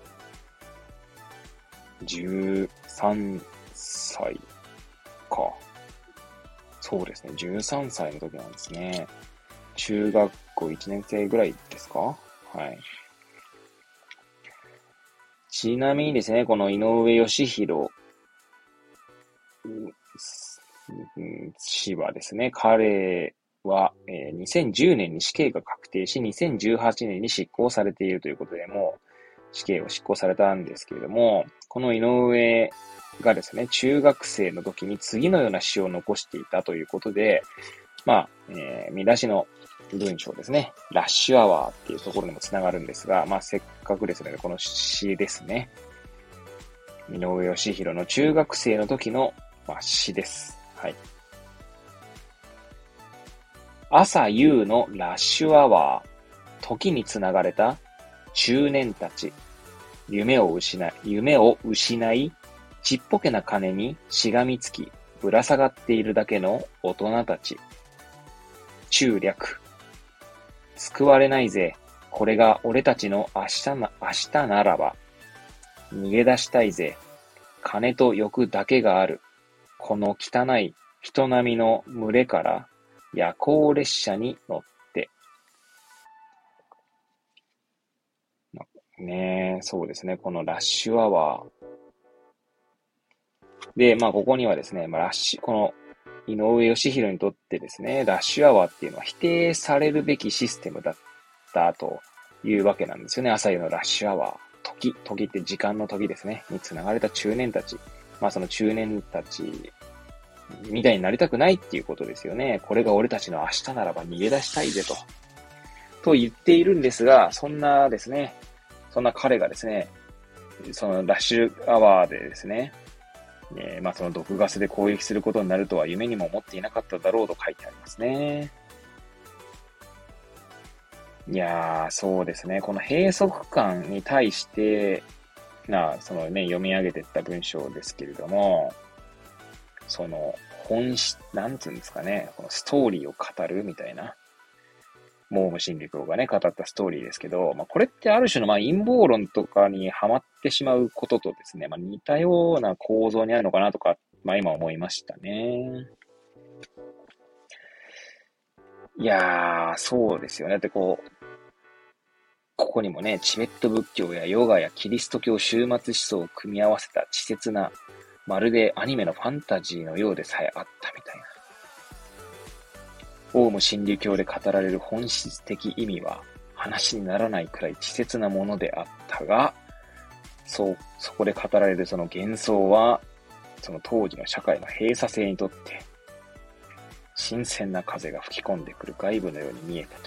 [SPEAKER 1] じゅうさんさいか。そうですね。じゅうさんさいの時なんですね。中学校いちねん生ぐらいですか？はい。ちなみにですね、この井上義弘氏はですね、彼は、えー、にせんじゅうねんに死刑が確定し、にせんじゅうはちねんに執行されているということで、もう死刑を執行されたんですけれども、この井上がですね、中学生の時に次のような詩を残していたということで、まあ、えー、見出しの文章ですね、ラッシュアワーっていうところにもつながるんですが、まあ、せっかくですので、この詩ですね、井上義弘の中学生の時の、まあ、詩です。はい。朝夕のラッシュアワー、時につながれた中年たち、夢を失い、夢を失い、ちっぽけな金にしがみつき、ぶら下がっているだけの大人たち。中略。救われないぜ。これが俺たちの明日な、明日ならば。逃げ出したいぜ。金と欲だけがある。この汚い人並みの群れから夜行列車に乗って。ねえ、そうですね。このラッシュアワー。で、まあ、ここにはですね、まあ、ラッシュ、この井上義弘にとってですね、ラッシュアワーっていうのは否定されるべきシステムだったというわけなんですよね。朝夕のラッシュアワー。時、時って時間の時ですね。につながれた中年たち。まあ、その中年たちみたいになりたくないっていうことですよね。これが俺たちの明日ならば逃げ出したいぜと。と言っているんですが、そんなですね、そんな彼がですね、そのラッシュアワーでですね、えー、まあその毒ガスで攻撃することになるとは夢にも思っていなかっただろうと書いてありますね。いやー、そうですね。この閉塞感に対して、な、そのね、読み上げていった文章ですけれども、その本質、なんつうんですかね、このストーリーを語るみたいな、モーム真理教がね、語ったストーリーですけど、まあ、これってある種のまあ陰謀論とかにはまってしまうこととですね、まあ、似たような構造にあるのかなとか、まあ今思いましたね。いやー、そうですよね。だってこう、ここにもね、チベット仏教やヨガやキリスト教終末思想を組み合わせた稚拙なまるでアニメのファンタジーのようでさえあったみたいな。オウム真理教で語られる本質的意味は話にならないくらい稚拙なものであったが、そう、そこで語られるその幻想は、その当時の社会の閉鎖性にとって、新鮮な風が吹き込んでくる外部のように見えたと。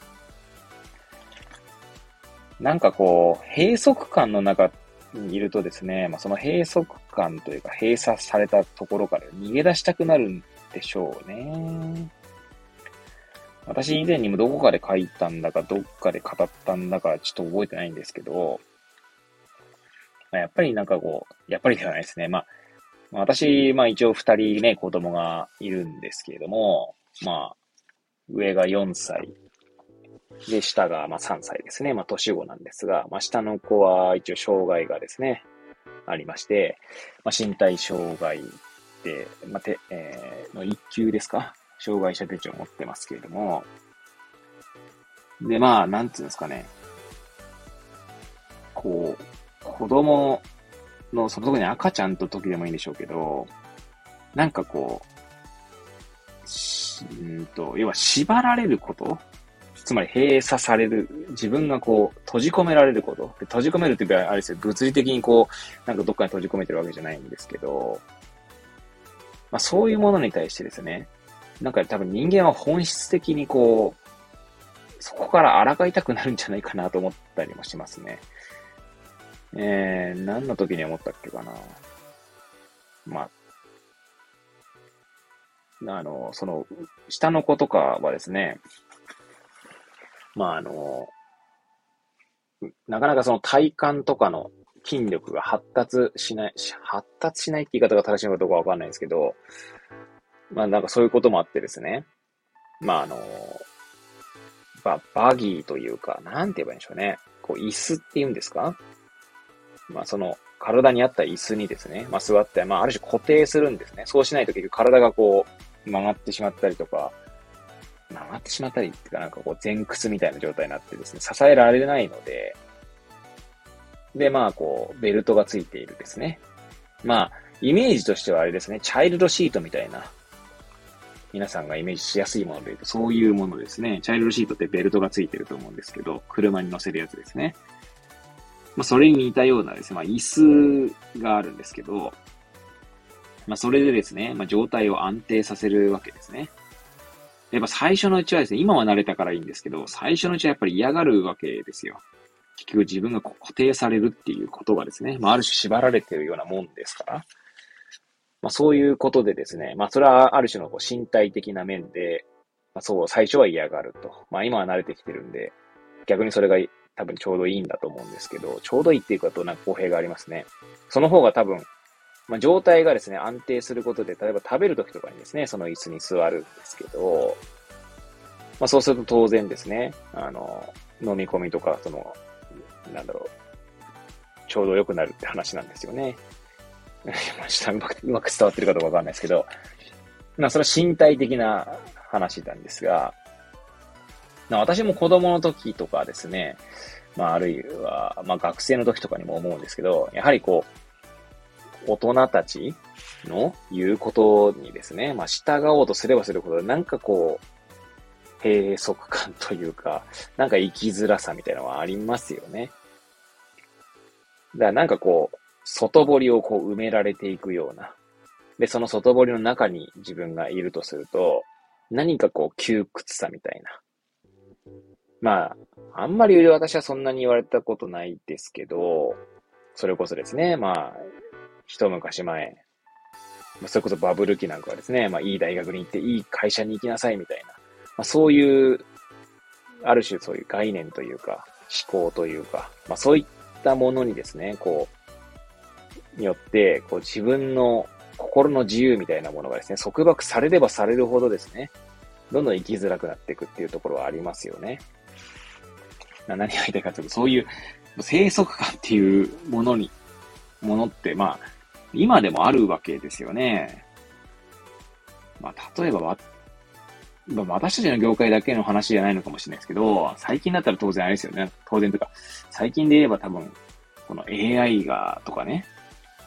[SPEAKER 1] なんかこう、閉塞感の中にいるとですね、まあ、その閉塞感というか閉鎖されたところから逃げ出したくなるんでしょうね。私以前にもどこかで書いたんだか、どっかで語ったんだか、ちょっと覚えてないんですけど、まあ、やっぱりなんかこう、やっぱりではないですね。まあ、私、まあ一応二人ね、子供がいるんですけれども、まあ、上がよんさい、で、下がまあさんさいですね。まあ年子なんですが、まあ下の子は一応障害がですね、ありまして、まあ身体障害で、まあて、えー、の一級ですか、障害者手帳を持ってますけれども、で、まあ、なんつうんですかね、こう、子供の、その特に赤ちゃんと時でもいいんでしょうけど、なんかこう、しんと、要は縛られること、つまり閉鎖される、自分がこう、閉じ込められること。で閉じ込めるっていうか、あれですよ、物理的にこう、なんかどっかに閉じ込めてるわけじゃないんですけど、まあそういうものに対してですね、なんか多分人間は本質的にこう、そこから抗いたくなるんじゃないかなと思ったりもしますね。えー、何の時に思ったっけかな。まあ、あの、その、下の子とかはですね、まああの、なかなかその体幹とかの筋力が発達しない、発達しないって言い方が正しいのかどうかわかんないんですけど、まあなんかそういうこともあってですね、まああの、バ、バギーというか、なんて言えばいいんでしょうね。こう椅子って言うんですか？まあその体に合った椅子にですね、まあ座って、まあある種固定するんですね。そうしないと結局体がこう曲がってしまったりとか、曲がってしまったりっていうかなんかこう前屈みたいな状態になってですね、支えられないので、で、まあこう、ベルトがついているですね。まあ、イメージとしてはあれですね、チャイルドシートみたいな、皆さんがイメージしやすいもので言うと、そういうものですね。チャイルドシートってベルトがついてると思うんですけど、車に乗せるやつですね。まあ、それに似たようなですね、まあ、椅子があるんですけど、まあ、それでですね、まあ、状態を安定させるわけですね。やっぱ最初のうちはですね、今は慣れたからいいんですけど、最初のうちはやっぱり嫌がるわけですよ。結局自分が固定されるっていうことがですね、まあ、ある種縛られているようなもんですから、まあ、そういうことでですね、まあ、それはある種のこう身体的な面で、まあ、そう、最初は嫌がると。まあ、今は慣れてきてるんで、逆にそれが多分ちょうどいいんだと思うんですけど、ちょうどいいっていうかとなんか公平がありますね。その方が多分、まあ、状態がですね、安定することで、例えば食べるときとかにですね、その椅子に座るんですけど、まあ、そうすると当然ですね、あの、飲み込みとか、その、なんだろう、ちょうど良くなるって話なんですよね。うまく、うまく伝わってるかどうかわかんないですけど、まあ、それは身体的な話なんですが、まあ、私も子供の時とかですね、まあ、あるいは、まあ、学生の時とかにも思うんですけど、やはりこう、大人たちの言うことにですね、まあ、従おうとすればするほど、なんかこう、閉塞感というか、なんか生きづらさみたいなのはありますよね。だからなんかこう、外堀をこう埋められていくような。で、その外堀の中に自分がいるとすると、何かこう窮屈さみたいな。まあ、あんまり私はそんなに言われたことないですけど、それこそですね、まあ、一昔前、それこそバブル期なんかはですね、まあ、いい大学に行っていい会社に行きなさいみたいな。まあ、そういう、ある種そういう概念というか、思考というか、まあ、そういったものにですね、こう、によって、こう自分の心の自由みたいなものがですね、束縛されればされるほどですね、どんどん生きづらくなっていくっていうところはありますよね。何が言いたいかというと、そういう閉塞感っていうものに、ものって、まあ、今でもあるわけですよね。まあ、例えばわ、私たちの業界だけの話じゃないのかもしれないですけど、最近だったら当然あれですよね。当然というか、最近で言えば多分、この エーアイ が、とかね、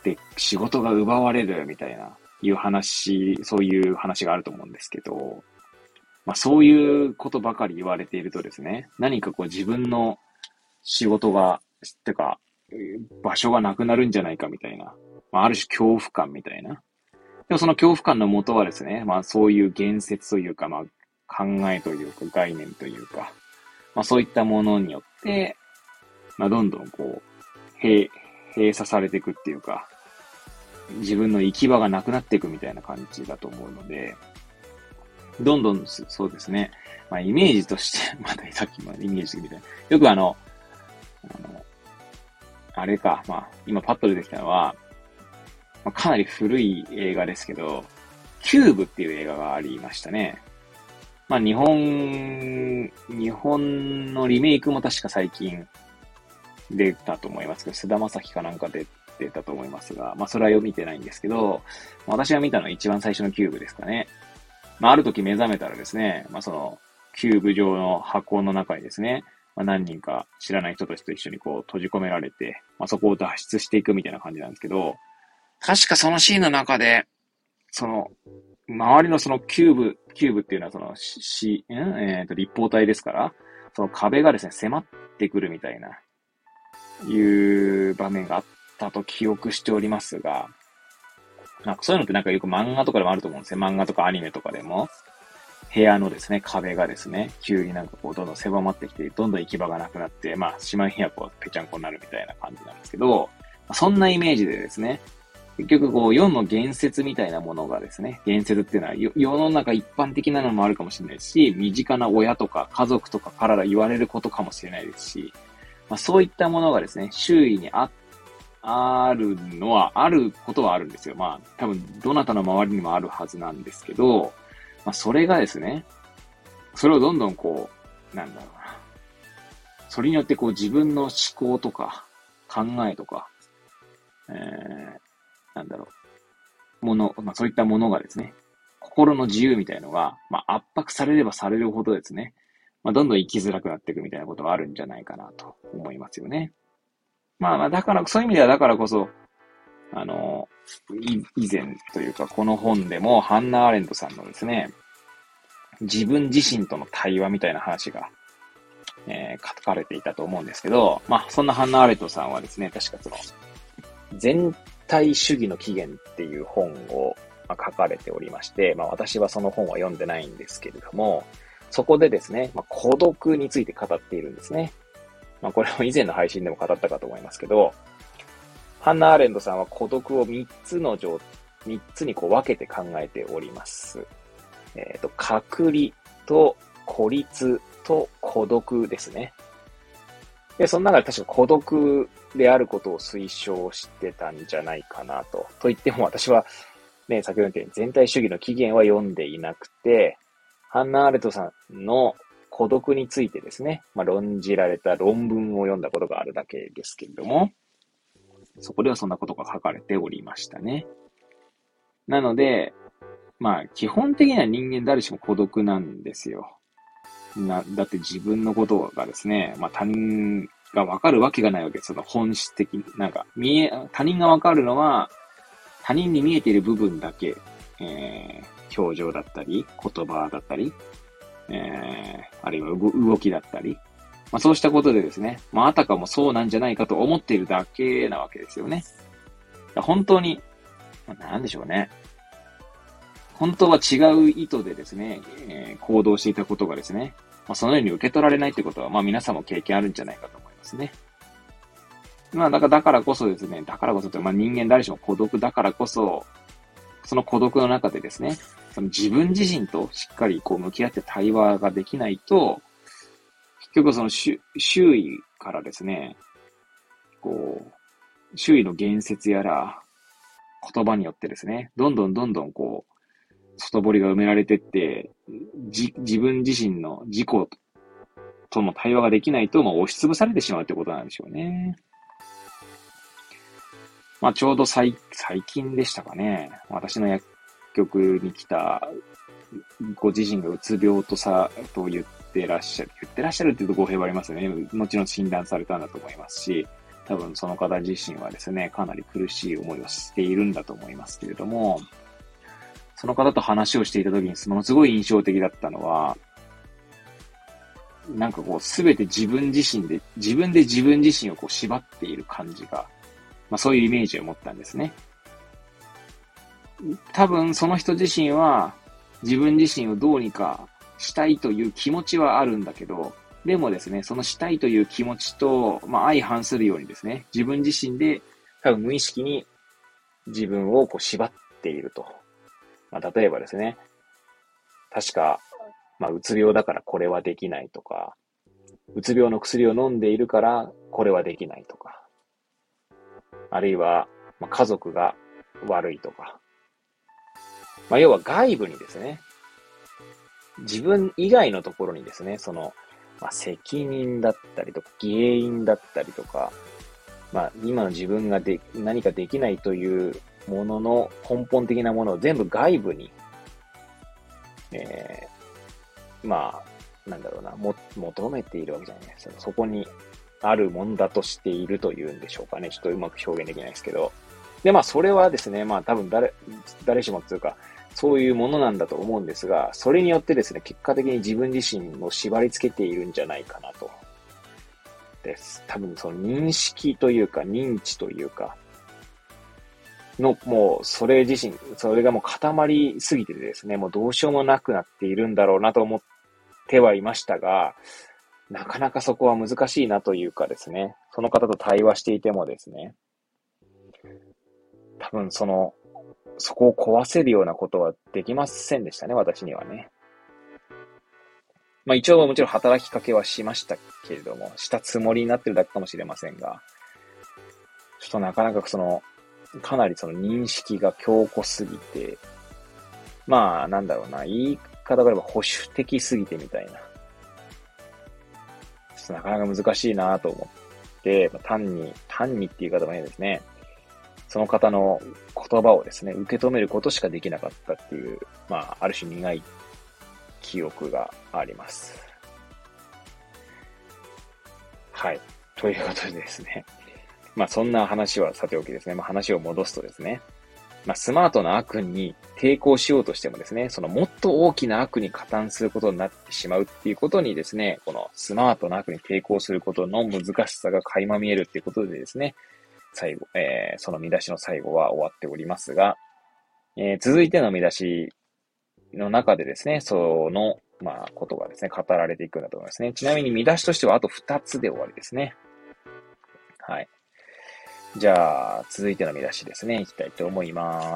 [SPEAKER 1] で仕事が奪われるみたいな、いう話、そういう話があると思うんですけど、まあそういうことばかり言われているとですね、何かこう自分の仕事が、てか、場所がなくなるんじゃないかみたいな、まあある種恐怖感みたいな。でもその恐怖感のもとはですね、まあそういう言説というか、まあ考えというか概念というか、まあそういったものによって、まあどんどんこう、閉、閉鎖されていくっていうか、自分の行き場がなくなっていくみたいな感じだと思うので、どんどんそうですね、まあイメージとして、まださっきまでイメージみたいな。よくあの、あの、あれか、まあ今パッと出てきたのは、まあ、かなり古い映画ですけど、キューブっていう映画がありましたね。まあ日本、日本のリメイクも確か最近出たと思いますけど、菅田将暉かなんか出てたと思いますが、まあそれは読みてないんですけど、私が見たのは一番最初のキューブですかね。まあある時目覚めたらですね、まあそのキューブ状の箱の中にですね、まあ、何人か知らない人たちと一緒にこう閉じ込められて、まあそこを脱出していくみたいな感じなんですけど、確かそのシーンの中で、その、周りのそのキューブ、キューブっていうのはその、し、んえっと、立方体ですから、その壁がですね、迫ってくるみたいな、いう場面があったと記憶しておりますが、なんかそういうのってなんかよく漫画とかでもあると思うんですよ。漫画とかアニメとかでも、部屋のですね、壁がですね、急になんかこう、どんどん狭まってきて、どんどん行き場がなくなって、まあ、しまいにはこう、ぺちゃんこになるみたいな感じなんですけど、そんなイメージでですね、結局こう世の言説みたいなものがですね、言説っていうのは世の中一般的なのもあるかもしれないし、身近な親とか家族とかから言われることかもしれないですし、まあ、そういったものがですね、周囲にあ、あるのは、あることはあるんですよ。まあ多分どなたの周りにもあるはずなんですけど、まあそれがですね、それをどんどんこう、なんだろうな。それによってこう自分の思考とか考えとか、えーなんだろう、もの、まあそういったものがですね、心の自由みたいのが、まあ圧迫されればされるほどですね、まあどんどん生きづらくなっていくみたいなことがあるんじゃないかなと思いますよね。まあまあだから、そういう意味ではだからこそ、あの、以前というかこの本でもハンナ・アーレントさんのですね、自分自身との対話みたいな話が、えー、書かれていたと思うんですけど、まあそんなハンナ・アーレントさんはですね、確かその、全体主義の起源っていう本を書かれておりまして、まあ私はその本は読んでないんですけれども、そこでですね、まあ、孤独について語っているんですね。まあこれも以前の配信でも語ったかと思いますけど、ハンナ・アーレントさんは孤独をみっつの状、みっつにこう分けて考えております。えっと、隔離と孤立と孤独ですね。で、その中で確か孤独であることを推奨してたんじゃないかなと。と言っても私は、ね、先ほど言ったように全体主義の起源は読んでいなくて、ハンナ・アーレントさんの孤独についてですね、まあ、論じられた論文を読んだことがあるだけですけれども、そこではそんなことが書かれておりましたね。なので、まあ、基本的には人間誰しも孤独なんですよ。な、だって自分のことがですね、まあ他人がわかるわけがないわけです。その本質的に。なんか、見え、他人がわかるのは、他人に見えている部分だけ、えー、表情だったり、言葉だったり、えー、あるいは動きだったり、まあそうしたことでですね、まああたかもそうなんじゃないかと思っているだけなわけですよね。本当に、まあ、なんでしょうね。本当は違う意図でですね、えー、行動していたことがですね、まあ、そのように受け取られないってことは、まあ皆さんも経験あるんじゃないかと思いますね。まあだから、だからこそですね、だからこそって、まあ人間誰しも孤独だからこそ、その孤独の中でですね、その自分自身としっかりこう向き合って対話ができないと、結局その周囲からですね、こう、周囲の言説やら言葉によってですね、どんどんどんどんこう、外堀が埋められてって、じ、自分自身の自己との対話ができないと、まあ、押しつぶされてしまうってことなんでしょうね。まあ、ちょうど最、最近でしたかね。私の薬局に来た、ご自身がうつ病とさ、と言ってらっしゃる。言ってらっしゃるって言うと語弊はありますよね。もちろん診断されたんだと思いますし、 多分その方自身はですね、かなり苦しい思いをしているんだと思いますけれども、その方と話をしていた時にものすごい印象的だったのは、なんかこうすべて自分自身で、自分で自分自身をこう縛っている感じが、まあそういうイメージを持ったんですね。多分その人自身は自分自身をどうにかしたいという気持ちはあるんだけど、でもですね、そのしたいという気持ちと、まあ相反するようにですね、自分自身で多分無意識に自分をこう縛っていると。まあ例えばですね、確か、まあうつ病だからこれはできないとか、うつ病の薬を飲んでいるからこれはできないとか、あるいは、まあ、家族が悪いとか、まあ要は外部にですね、自分以外のところにですね、その、まあ、責任だったりとか、原因だったりとか、まあ、今の自分がで何かできないというものの根本的なものを全部外部に、えー、まあ、なんだろうな、も、求めているわけじゃないですか。そこにあるもんだとしているというんでしょうかね。ちょっとうまく表現できないですけど。で、まあ、それはですね、まあ、多分誰、誰しもというか、そういうものなんだと思うんですが、それによってですね、結果的に自分自身を縛り付けているんじゃないかなと。です。多分その認識というか、認知というか、の、もう、それ自身、それがもう固まりすぎててですね、もうどうしようもなくなっているんだろうなと思ってはいましたが、なかなかそこは難しいなというかですね、その方と対話していてもですね、多分その、そこを壊せるようなことはできませんでしたね、私にはね。まあ一応もちろん働きかけはしましたけれども、したつもりになってるだけかもしれませんが、ちょっとなかなかその、かなりその認識が強固すぎて、まあなんだろうな、言い方があれば保守的すぎてみたいな。ちょっとなかなか難しいなと思って、単に、単にっていう言い方も変ですね。その方の言葉をですね、受け止めることしかできなかったっていう、まあ、ある種苦い記憶があります。はい。ということでですね。まあ、そんな話はさておきですね。まあ、話を戻すとですね。まあ、スマートな悪に抵抗しようとしてもですね、そのもっと大きな悪に加担することになってしまうっていうことにですね、このスマートな悪に抵抗することの難しさが垣間見えるっていうことでですね、最後、えー、その見出しの最後は終わっておりますが、えー、続いての見出しの中でですね、その、まあ、ことがですね、語られていくんだと思いますね。ちなみに見出しとしてはあとふたつで終わりですね。はい。じゃあ、続いての見出しですね、いきたいと思います。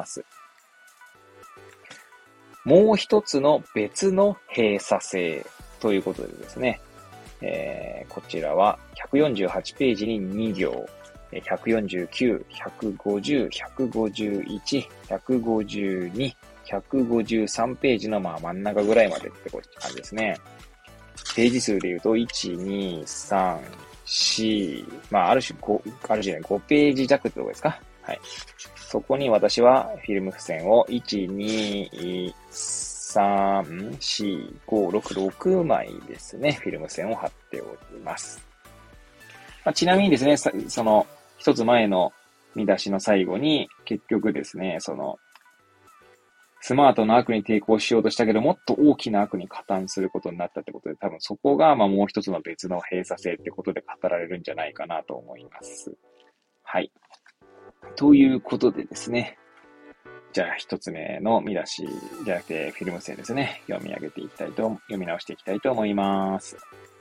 [SPEAKER 1] もう一つの別の閉鎖性ということでですね、えー、こちらはひゃくよんじゅうはちページにに行、ひゃくよんじゅうきゅう、ひゃくごじゅう、ひゃくごじゅういち、ひゃくごじゅうに、ひゃくごじゅうさんページのまあ真ん中ぐらいまでって感じですね。ページ数で言うと、いち、に、さん、よん、まあある種ご、ある種ね、ごページ弱ってとこですか。はい。そこに私はフィルム付箋をいち、に、さん、よん、ご、ろく、ろくまいですね、フィルム線を貼っております。まあ、ちなみにですね、その一つ前の見出しの最後に結局ですね、そのスマートな悪に抵抗しようとしたけど、もっと大きな悪に加担することになったってことで、多分そこがまあもう一つの別の閉鎖性ってことで語られるんじゃないかなと思います。はい。ということでですね、じゃあ一つ目の見出しじゃなくてフィルム線ですね。読み上げていきたいと、読み直していきたいと思います。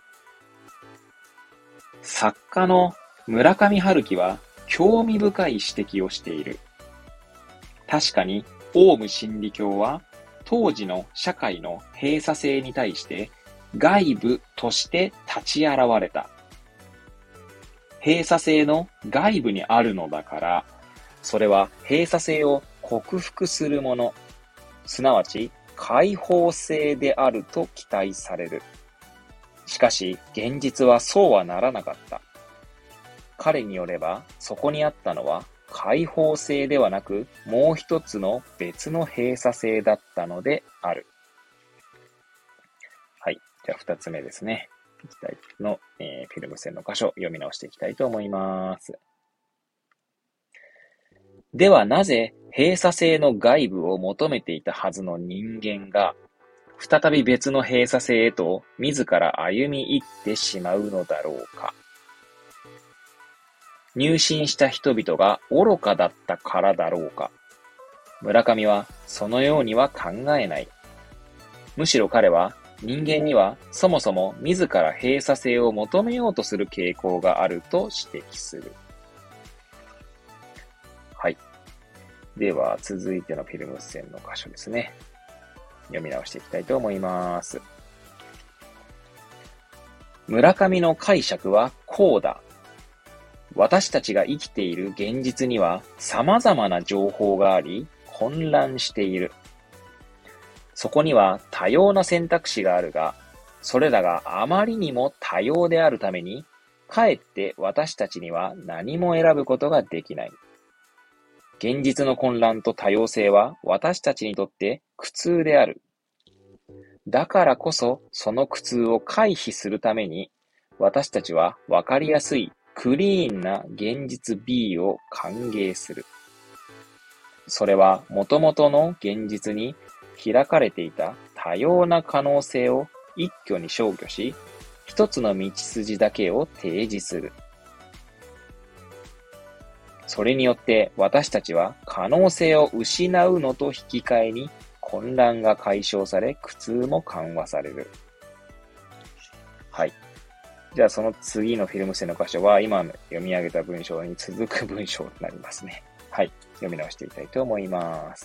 [SPEAKER 1] 作家の村上春樹は興味深い指摘をしている。確かにオウム真理教は当時の社会の閉鎖性に対して外部として立ち現れた。閉鎖性の外部にあるのだから、それは閉鎖性を克服するもの、すなわち開放性であると期待される。しかし、現実はそうはならなかった。彼によれば、そこにあったのは開放性ではなく、もう一つの別の閉鎖性だったのである。はい。じゃあ二つ目ですね。 いきたいの、えー、フィルム線の箇所を読み直していきたいと思います。ではなぜ閉鎖性の外部を求めていたはずの人間が、再び別の閉鎖性へと自ら歩み入ってしまうのだろうか。入信した人々が愚かだったからだろうか。村上はそのようには考えない。むしろ彼は人間にはそもそも自ら閉鎖性を求めようとする傾向があると指摘する。はい。では続いてのフィルム線の箇所ですね。読み直していきたいと思います。村上の解釈はこうだ。私たちが生きている現実には様々な情報があり、混乱している。そこには多様な選択肢があるが、それらがあまりにも多様であるために、かえって私たちには何も選ぶことができない。現実の混乱と多様性は私たちにとって苦痛である。だからこそその苦痛を回避するために、私たちはわかりやすいクリーンな現実 B を歓迎する。それは元々の現実に開かれていた多様な可能性を一挙に消去し、一つの道筋だけを提示する。それによって私たちは可能性を失うのと引き換えに混乱が解消され、苦痛も緩和される。はい。じゃあその次のフィルム線の箇所は今読み上げた文章に続く文章になりますね。はい。読み直していきたいと思います。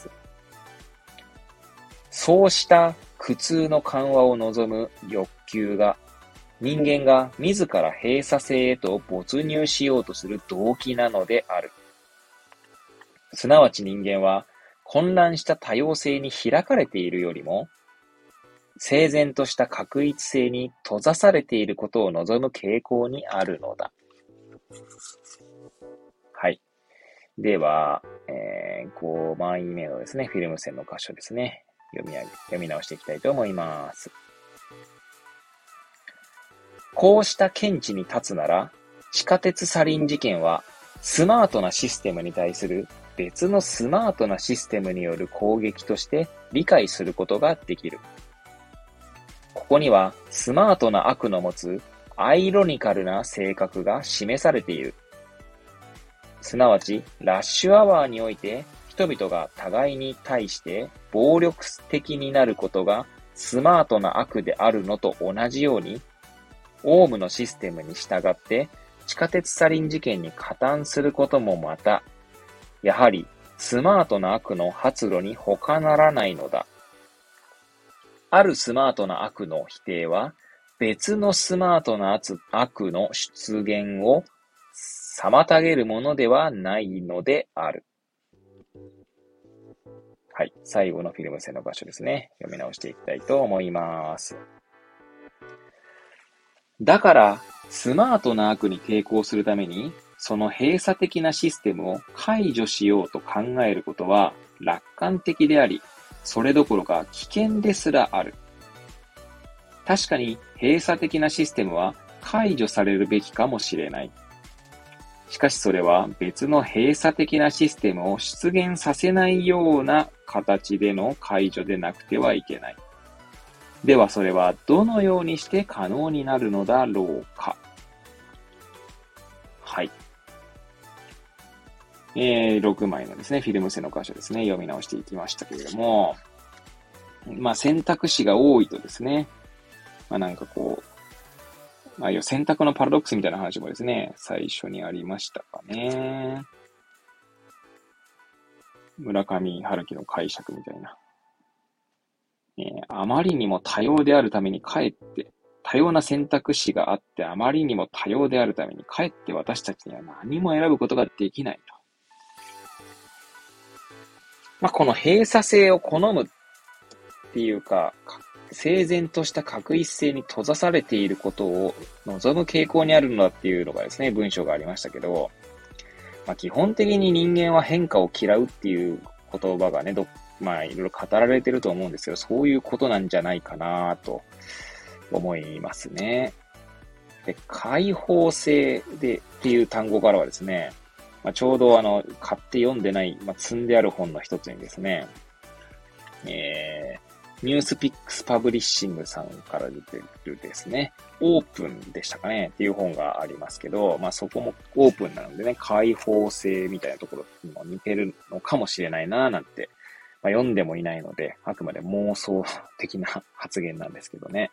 [SPEAKER 1] そうした苦痛の緩和を望む欲求が人間が自ら閉鎖性へと没入しようとする動機なのである。すなわち人間は混乱した多様性に開かれているよりも、整然とした確一性に閉ざされていることを望む傾向にあるのだ。はい。では、えー、ごまいめのですね、フィルム線の箇所ですね。読み上げ、読み直していきたいと思います。こうした見地に立つなら、地下鉄サリン事件はスマートなシステムに対する別のスマートなシステムによる攻撃として理解することができる。ここにはスマートな悪の持つアイロニカルな性格が示されている。すなわち、ラッシュアワーにおいて人々が互いに対して暴力的になることがスマートな悪であるのと同じように、オウムのシステムに従って地下鉄サリン事件に加担することもまた、やはりスマートな悪の発露に他ならないのだ。あるスマートな悪の否定は、別のスマートな悪の出現を妨げるものではないのである。はい。最後のフィルム線の場所ですね。読み直していきたいと思います。だから、スマートな悪に抵抗するために、その閉鎖的なシステムを解除しようと考えることは楽観的であり、それどころか危険ですらある。確かに閉鎖的なシステムは解除されるべきかもしれない。しかしそれは別の閉鎖的なシステムを出現させないような形での解除でなくてはいけない。ではそれはどのようにして可能になるのだろうか。はい。えー、ろくまいのですね、フィルム線の箇所ですね、読み直していきましたけれども、まあ選択肢が多いとですね、まあなんかこう、まあ、選択のパラドックスみたいな話もですね、最初にありましたかね。村上春樹の解釈みたいな。えー、あまりにも多様であるためにかえって、多様な選択肢があって、あまりにも多様であるためにかえって私たちには何も選ぶことができないと。まあ、この閉鎖性を好むっていうか、整然とした確一性に閉ざされていることを望む傾向にあるのだっていうのがですね、文章がありましたけど、まあ、基本的に人間は変化を嫌うっていう言葉がね、どまあいろいろ語られてると思うんですけど、そういうことなんじゃないかなと思いますね。 で、開放性でっていう単語からはですね、まあ、ちょうどあの、買って読んでない、まあ、積んである本の一つにですね、えー、ニュースピックスパブリッシングさんから出てるですね、オープンでしたかねっていう本がありますけど、まあそこもオープンなのでね、開放性みたいなところにも似てるのかもしれないななんて、まあ、読んでもいないので、あくまで妄想的な発言なんですけどね。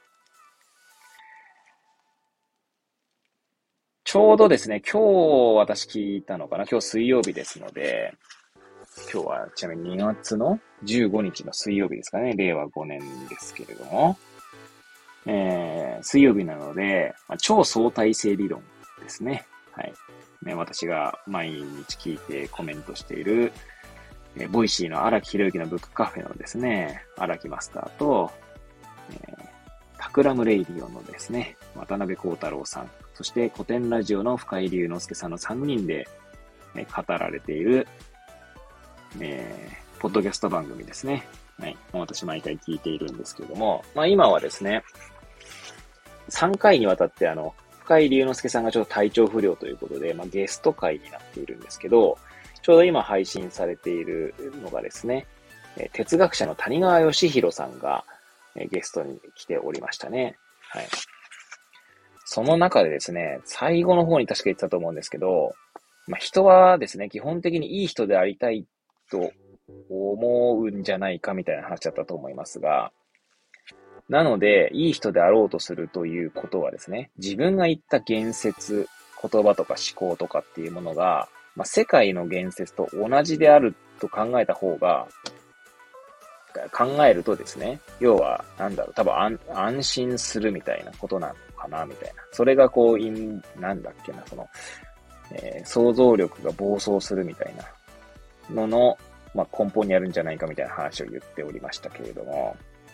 [SPEAKER 1] ちょうどですね、今日私聞いたのかな、今日水曜日ですので、今日はちなみににがつのじゅうごにちの水曜日ですかね。れいわごねんですけれども。えー、水曜日なので、まあ、超相対性理論ですね。はい。ね、私が毎日聞いてコメントしている、えー、ボイシーの荒木博之のブックカフェのですね、荒木マスターと、えー、タクラムレイディオのですね、渡辺幸太郎さん、そして古典ラジオの深井龍之介さんのさんにんで、ね、語られている、えー、ポッドキャスト番組ですね。はい。私毎回聞いているんですけれども、まあ今はですね、さんかいにわたってあの、深井龍之介さんがちょっと体調不良ということで、まあゲスト会になっているんですけど、ちょうど今配信されているのがですね、哲学者の谷川義弘さんがゲストに来ておりましたね。はい。その中でですね、最後の方に確か言ってたと思うんですけど、まあ人はですね、基本的にいい人でありたいと思うんじゃないかみたいな話だったと思いますが、なので、いい人であろうとするということはですね、自分が言った言説、言葉とか思考とかっていうものが、まあ、世界の言説と同じであると考えた方が、考えるとですね、要は、なんだろう、多分安安心するみたいなことなのかな、みたいな。それがこう、なんだっけな、その、えー、想像力が暴走するみたいなのの、まあ、根本にあるんじゃないかみたいな話を言っておりましたけれども、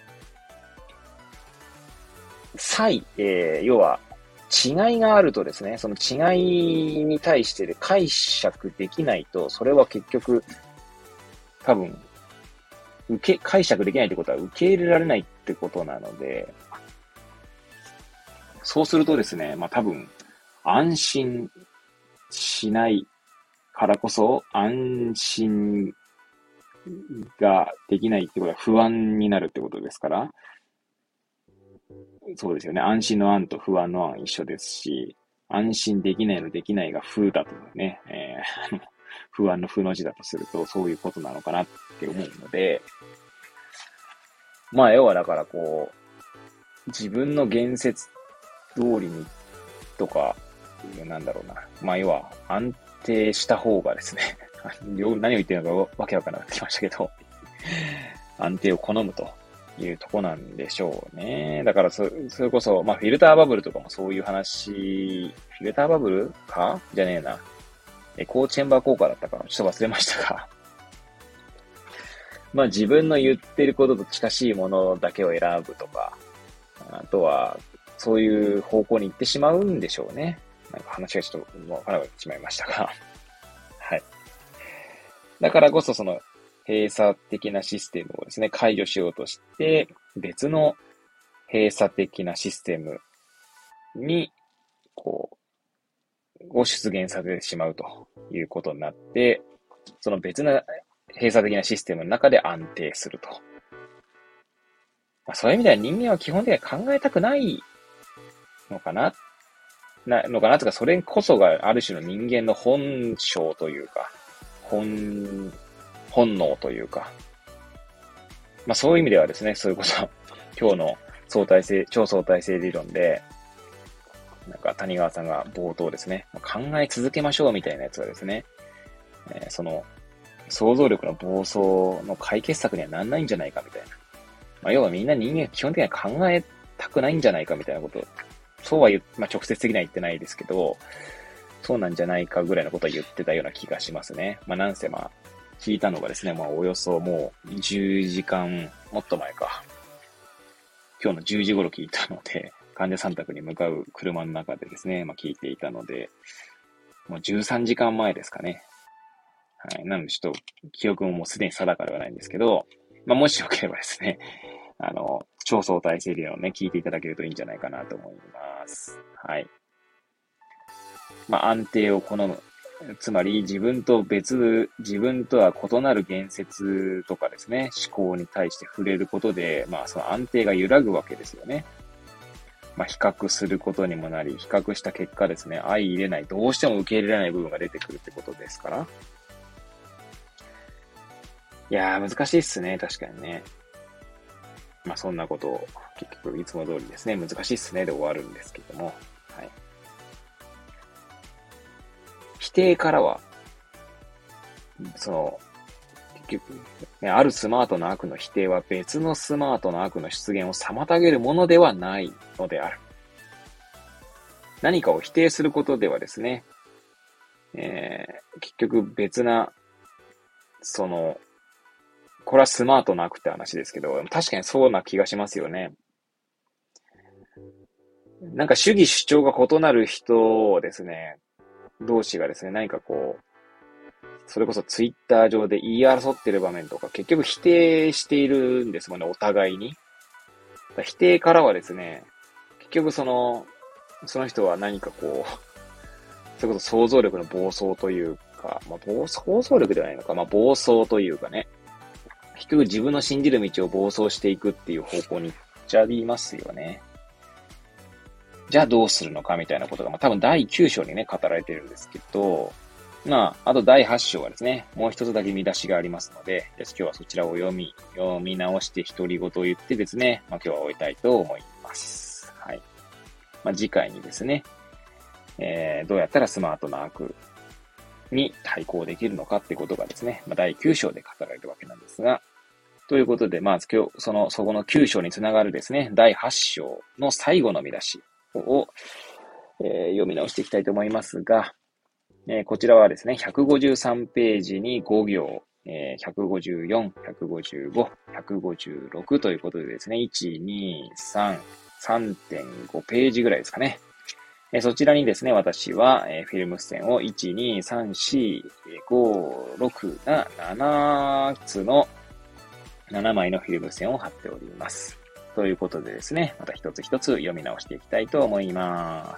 [SPEAKER 1] 差異、えー、要は、違いがあるとですね、その違いに対してで解釈できないと、それは結局、多分、受け、解釈できないってことは受け入れられないってことなので、そうするとですね、まあ多分、安心しないからこそ、安心ができないってことは不安になるってことですから、そうですよね。安心の安と不安の安一緒ですし、安心できないのできないが不だとね、えー、不安の不の字だとすると、そういうことなのかなって思うので、まあ、要はだからこう、自分の言説通りにとか、なんだろうな。まあ、要は安定した方がですね、何を言ってるのかわけわからなくなってきましたけど、安定を好むというとこなんでしょうね。だからそ、それこそ、まあ、フィルターバブルとかもそういう話、フィルターバブルかじゃねえな。エコーチェンバー効果だったかなちょっと忘れましたが。まあ、自分の言ってることと近しいものだけを選ぶとか、あとは、そういう方向に行ってしまうんでしょうね。なんか話がちょっとわからなくなってしまいましたが。はい。だからこそその閉鎖的なシステムをですね、解除しようとして、別の閉鎖的なシステムに、こう、を出現させてしまうということになって、その別な閉鎖的なシステムの中で安定すると。まあ、そういう意味では人間は基本的には考えたくないのかななのかなとか、それこそがある種の人間の本性というか、本、本能というか、まあそういう意味ではですね、それこそ今日の相対性、超相対性理論で、なんか谷川さんが冒頭ですね、考え続けましょうみたいなやつはですね、えー、その想像力の暴走の解決策にはなんないんじゃないかみたいな。まあ要はみんな人間基本的には考えたくないんじゃないかみたいなことそうは言う、まあ、直接的には言ってないですけど、そうなんじゃないかぐらいのことは言ってたような気がしますね。まあ、なんせまあ、聞いたのがですね、まあ、およそもうじゅうじかん、もっと前か。今日のじゅうじ頃聞いたので、患者さん宅に向かう車の中でですね、まあ、聞いていたので、もうじゅうさんじかんまえですかね。はい。なので、ちょっと、記憶ももうすでに定かではないんですけど、まあ、もしよければですね、あの、超相対性理論をね、聞いていただけるといいんじゃないかなと思います。はい。 まあ、安定を好む。つまり自分と別、自分とは異なる言説とかですね、思考に対して触れることで、まあその安定が揺らぐわけですよね。まあ比較することにもなり、比較した結果ですね、相入れない、どうしても受け入れられない部分が出てくるってことですから。いやー難しいっすね、確かにね。まあそんなことを結局いつも通りですね、難しいっすねで終わるんですけども。はい。否定からは、その、結局、ね、あるスマートな悪の否定は別のスマートな悪の出現を妨げるものではないのである。何かを否定することではですね、えー、結局別な、その、これはスマートな悪って話ですけど、確かにそうな気がしますよね。なんか主義主張が異なる人をですね、同士がですね、何かこう、それこそツイッター上で言い争ってる場面とか、結局否定しているんですもんね、お互いに。否定からはですね、結局その、その人は何かこう、それこそ想像力の暴走というか、まあ、暴想像力ではないのか、まあ、暴走というかね、結局自分の信じる道を暴走していくっていう方向に行っちゃいますよね。じゃあどうするのかみたいなことが、まあ、多分だいきゅう章にね、語られてるんですけど、まあ、あとだいはち章はですね、もう一つだけ見出しがありますので、今日はそちらを読み、読み直して独り言を言ってですね、まあ今日は終えたいと思います。はい。まあ次回にですね、えー、どうやったらスマートな悪に対抗できるのかってことがですね、まあだいきゅう章で語られるわけなんですが、ということで、まあ今日、その、そこのきゅう章につながるですね、だいはち章の最後の見出しを、えー、読み直していきたいと思いますが、えー、こちらはですね、ひゃくごじゅうさんページにご行、えー、ひゃくごじゅうよん、ひゃくごじゅうご、ひゃくごじゅうろくということでですね、いち、に、さん、さんてんご ページぐらいですかね。えー、そちらにですね、私は、えー、フィルム線をいち、に、さん、よん、ご、ろく、ななつのななまいのフィルム線を貼っております。ということでですね、また一つ一つ読み直していきたいと思います。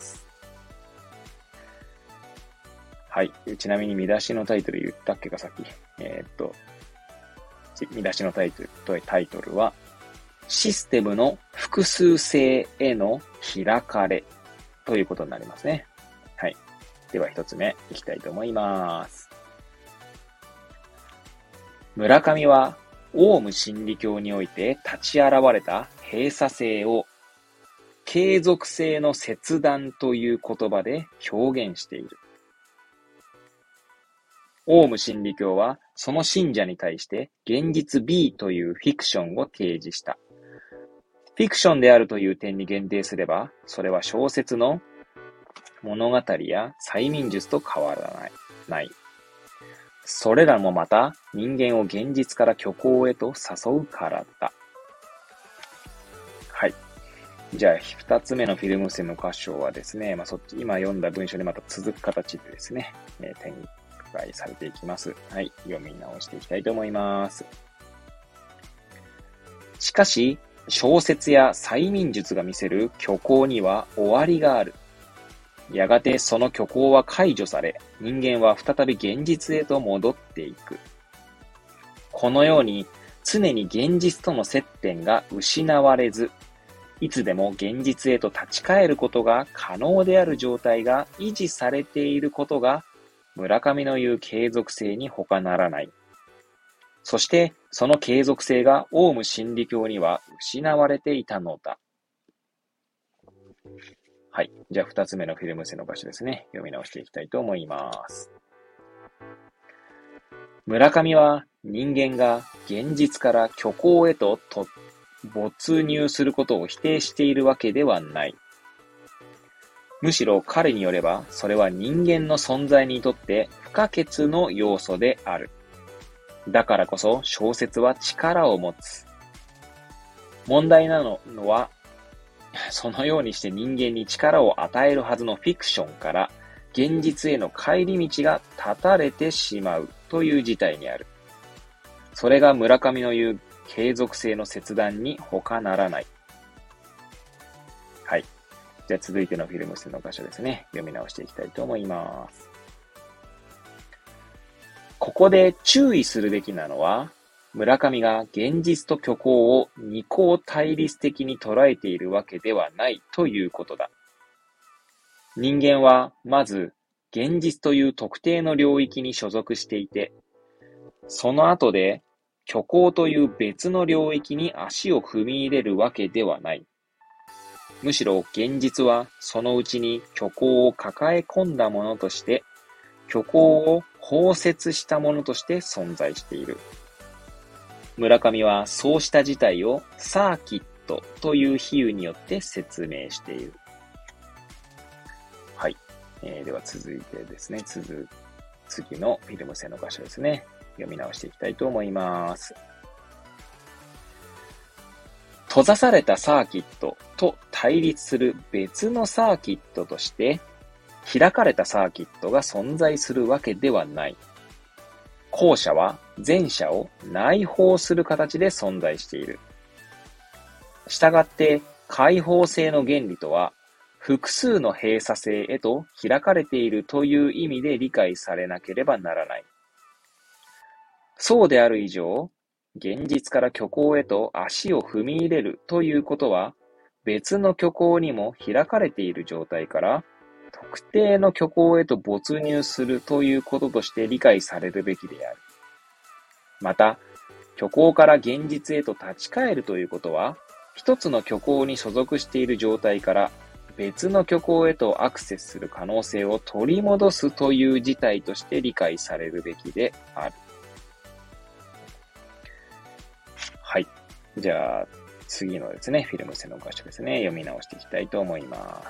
[SPEAKER 1] はい。ちなみに見出しのタイトル言ったっけかさっき。えー、っと、見出しのタイトルとタイトルは、システムの複数性への開かれということになりますね。はい。では一つ目いきたいと思います。村上はオウム真理教において立ち現れた閉鎖性を継続性の切断という言葉で表現している。オウム真理教はその信者に対して現実 B というフィクションを提示した。フィクションであるという点に限定すれば、それは小説の物語や催眠術と変わらない。ない。それらもまた人間を現実から虚構へと誘うからだ。はい。じゃあ、二つ目のフィルム線の箇所はですね、まあ、そっち、今読んだ文章でまた続く形でですね、えー、展開されていきます。はい。読み直していきたいと思います。しかし、小説や催眠術が見せる虚構には終わりがある。やがてその虚構は解除され、人間は再び現実へと戻っていく。このように、常に現実との接点が失われず、いつでも現実へと立ち返ることが可能である状態が維持されていることが、村上の言う継続性に他ならない。そして、その継続性がオウム真理教には失われていたのだ。はい。じゃあ、二つ目のフィルム線の場所ですね。読み直していきたいと思います。村上は人間が現実から虚構へとと没入することを否定しているわけではない。むしろ彼によれば、それは人間の存在にとって不可欠の要素である。だからこそ小説は力を持つ。問題なのは、そのようにして人間に力を与えるはずのフィクションから現実への帰り道が断たれてしまうという事態にある。それが村上の言う継続性の切断に他ならない。はい。 じゃあ続いてのフィルムスの箇所ですね。読み直していきたいと思います。ここで注意するべきなのは、村上が現実と虚構を二項対立的に捉えているわけではないということだ。人間はまず現実という特定の領域に所属していて、その後で虚構という別の領域に足を踏み入れるわけではない。むしろ現実はそのうちに虚構を抱え込んだものとして、虚構を包摂したものとして存在している。村上はそうした事態をサーキットという比喩によって説明している。はい。えー、では続いてですね、続次のフィルム線の箇所ですね。読み直していきたいと思います。閉ざされたサーキットと対立する別のサーキットとして、開かれたサーキットが存在するわけではない。後者は前者を内包する形で存在している。したがって開放性の原理とは、複数の閉鎖性へと開かれているという意味で理解されなければならない。そうである以上、現実から虚構へと足を踏み入れるということは、別の虚構にも開かれている状態から、特定の虚構へと没入するということとして理解されるべきである。また、虚構から現実へと立ち返るということは、一つの虚構に所属している状態から別の虚構へとアクセスする可能性を取り戻すという事態として理解されるべきである。はい。じゃあ、次のですね、フィルム線の箇所ですね、読み直していきたいと思います。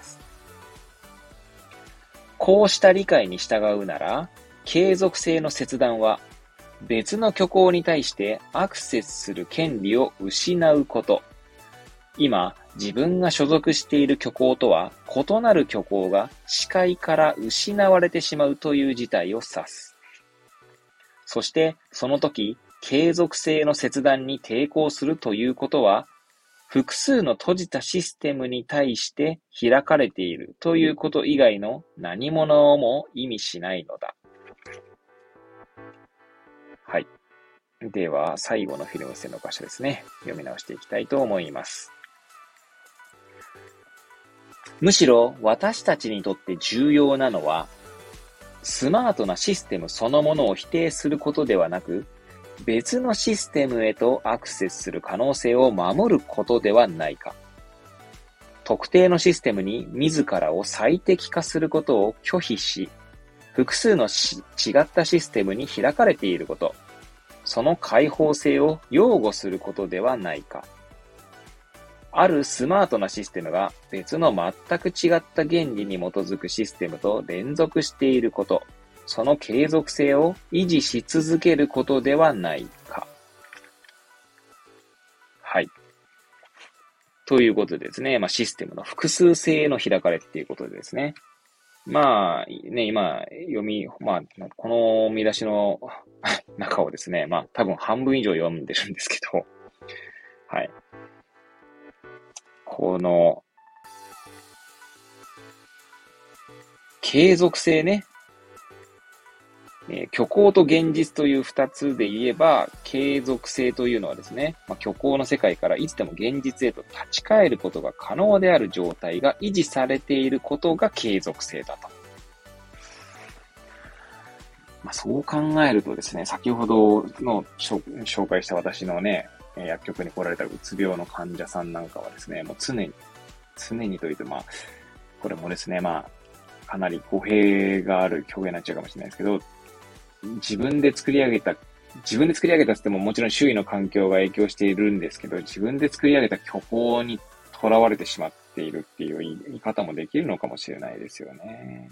[SPEAKER 1] こうした理解に従うなら、継続性の切断は、別の虚構に対してアクセスする権利を失うこと。今、自分が所属している虚構とは異なる虚構が視界から失われてしまうという事態を指す。そして、その時、継続性の切断に抵抗するということは、複数の閉じたシステムに対して開かれているということ以外の何者も意味しないのだ。はい。では、最後のフィルム線の箇所ですね。読み直していきたいと思います。むしろ私たちにとって重要なのは、スマートなシステムそのものを否定することではなく、別のシステムへとアクセスする可能性を守ることではないか。特定のシステムに自らを最適化することを拒否し、複数の違ったシステムに開かれていること、その開放性を擁護することではないか。あるスマートなシステムが別の全く違った原理に基づくシステムと連続していること、その継続性を維持し続けることではないか。はい。ということでですね、まあ、システムの複数性への開かれっていうことでですね。まあ、ね、今、読み、まあ、この見出しの中をですね、まあ、多分半分以上読んでるんですけど、はい。この、継続性ね。えー、虚構と現実という二つで言えば、継続性というのはですね、まあ、虚構の世界からいつでも現実へと立ち返ることが可能である状態が維持されていることが継続性だと。まあ、そう考えるとですね、先ほどの紹介した私のね、薬局に来られたうつ病の患者さんなんかはですね、もう常に、常にというと、まあ、これもですね、まあ、かなり語弊がある表現になっちゃうかもしれないですけど、自分で作り上げた、自分で作り上げたって言ってももちろん周囲の環境が影響しているんですけど、自分で作り上げた虚構にとらわれてしまっているっていう言い方もできるのかもしれないですよね。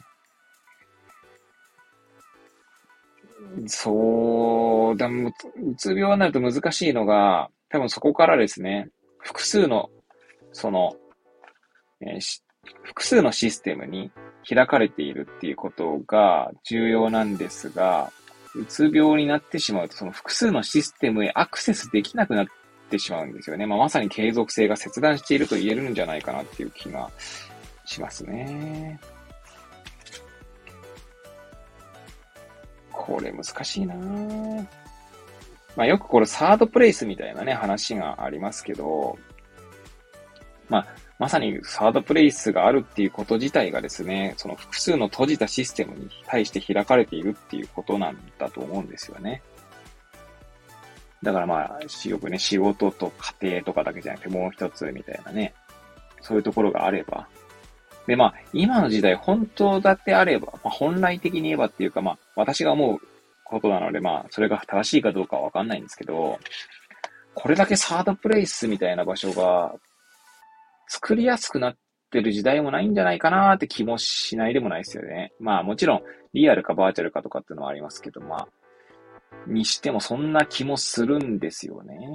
[SPEAKER 1] そう、だうつ病になると難しいのが、多分そこからですね、複数の、その、えー、複数のシステムに開かれているっていうことが重要なんですが、うつ病になってしまうと、その複数のシステムへアクセスできなくなってしまうんですよね。まあ、まさに継続性が切断していると言えるんじゃないかなっていう気がしますね。これ難しいなぁ。まあよくこれサードプレイスみたいなね、話がありますけど、まあ、まさにサードプレイスがあるっていうこと自体がですね、その複数の閉じたシステムに対して開かれているっていうことなんだと思うんですよね。だからまあ、よくね、仕事と家庭とかだけじゃなくてもう一つみたいなね、そういうところがあれば。でまあ、今の時代本当だってあれば、まあ、本来的に言えばっていうかまあ、私が思うことなのでまあ、それが正しいかどうかはわかんないんですけど、これだけサードプレイスみたいな場所が作りやすくなってる時代もないんじゃないかなーって気もしないでもないですよね。まあもちろんリアルかバーチャルかとかっていうのはありますけど、まあ、にしてもそんな気もするんですよね。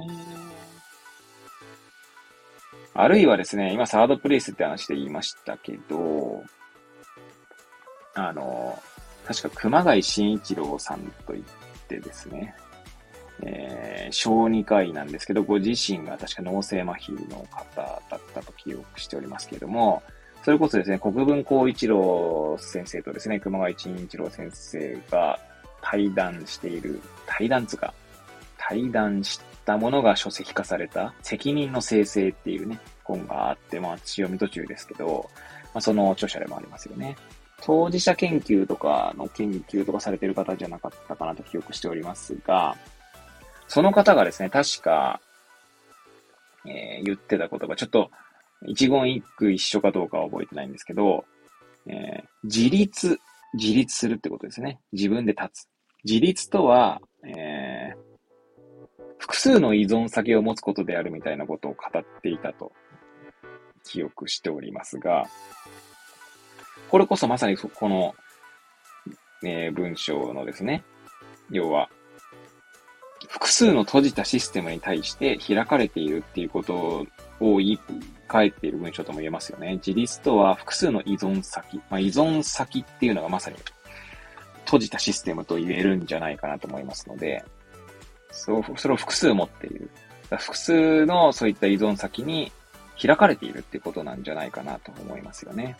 [SPEAKER 1] あるいはですね、今サードプレイスって話で言いましたけど、あの、確か熊谷慎一郎さんと言ってですね、えー、小児科医なんですけど、ご自身が確か脳性麻痺の方だったと記憶しておりますけれども、それこそですね、国分光一郎先生とですね、熊谷慎一郎先生が対談している、対談つか、対談したものが書籍化された、責任の生成っていうね、本があって、まあ、私読み途中ですけど、まあ、その著者でもありますよね。当事者研究とかの研究とかされている方じゃなかったかなと記憶しておりますが、その方がですね、確か、えー、言ってた言葉、ちょっと一言一句一緒かどうかは覚えてないんですけど、えー、自立、自立するってことですね。自分で立つ。自立とは、えー、複数の依存先を持つことであるみたいなことを語っていたと記憶しておりますが、これこそまさにこの、えー、文章のですね、要は、複数の閉じたシステムに対して開かれているっていうことを言い換えている文章とも言えますよね。自立とは複数の依存先。まあ、依存先っていうのがまさに閉じたシステムと言えるんじゃないかなと思いますので、そう、それを複数持っている。複数のそういった依存先に開かれているっていうことなんじゃないかなと思いますよね。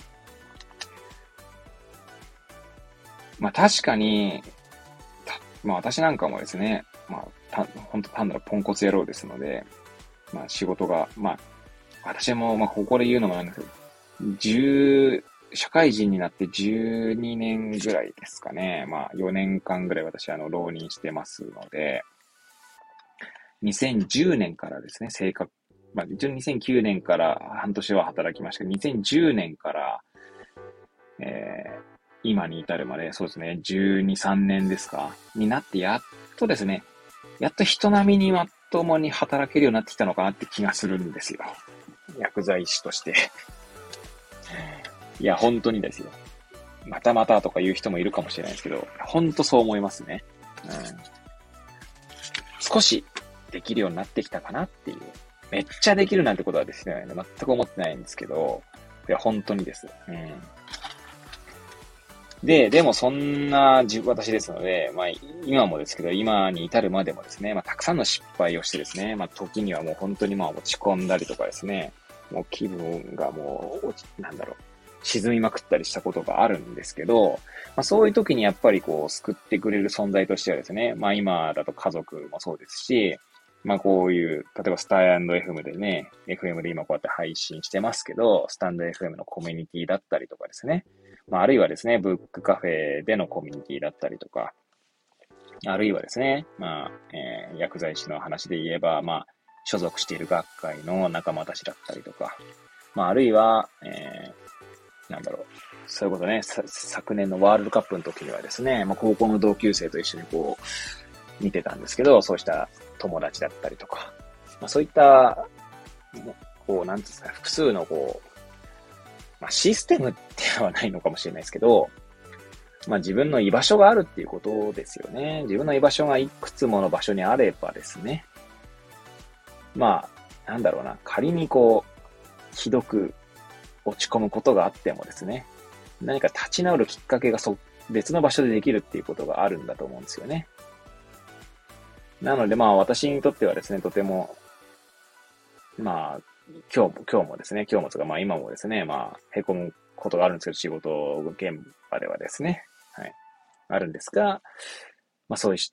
[SPEAKER 1] まあ確かに、まあ私なんかもですね、まあ、た、ほんと単なるポンコツ野郎ですので、まあ仕事が、まあ、私も、まあここで言うのもなんですけど、十、社会人になってじゅうにねんぐらいですかね。まあよねんかんぐらい私あの浪人してますので、にせんじゅうねんからですね、正確、まあ一応にせんきゅうねんから半年は働きましたけど、にせんじゅうねんから、えー、今に至るまで、そうですね、じゅうに、さんねんですか、になってやっとですね、やっと人並みにまともに働けるようになってきたのかなって気がするんですよ。薬剤師として。いや、本当にですよ。またまたとか言う人もいるかもしれないですけど、本当そう思いますね。うん、少しできるようになってきたかなっていう。めっちゃできるなんてことはですね、全く思ってないんですけど、いや、本当にです。うん。で、でもそんな私ですので、まあ今もですけど、今に至るまでもですね、まあたくさんの失敗をしてですね、まあ時にはもう本当にまあ落ち込んだりとかですね、もう気分がもう落ち、なんだろう、沈みまくったりしたことがあるんですけど、まあそういう時にやっぱりこう救ってくれる存在としてはですね、まあ今だと家族もそうですし、まあこういう、例えばスタンド エフエム でね、エフエム で今こうやって配信してますけど、スタンド エフエム のコミュニティだったりとかですね、まあ、あるいはですね、ブックカフェでのコミュニティだったりとか、あるいはですね、まあ、えー、薬剤師の話で言えば、まあ、所属している学会の仲間たちだったりとか、まあ、あるいは、えー、なんだろう、そういうことね、昨年のワールドカップの時にはですね、まあ、高校の同級生と一緒にこう、見てたんですけど、そうした友達だったりとか、まあ、そういった、こう、なんですか、複数のこう、まあ、システムってはないのかもしれないですけど、まあ自分の居場所があるっていうことですよね。自分の居場所がいくつもの場所にあればですね。まあ、なんだろうな、仮にこう、ひどく落ち込むことがあってもですね、何か立ち直るきっかけがそ別の場所でできるっていうことがあるんだと思うんですよね。なのでまあ私にとってはですね、とても、まあ、 今日も、今日もですね、今日もとか、まあ今もですね、まあ、へこむことがあるんですけど、仕事現場ではですね、はい、あるんですが、まあそうした、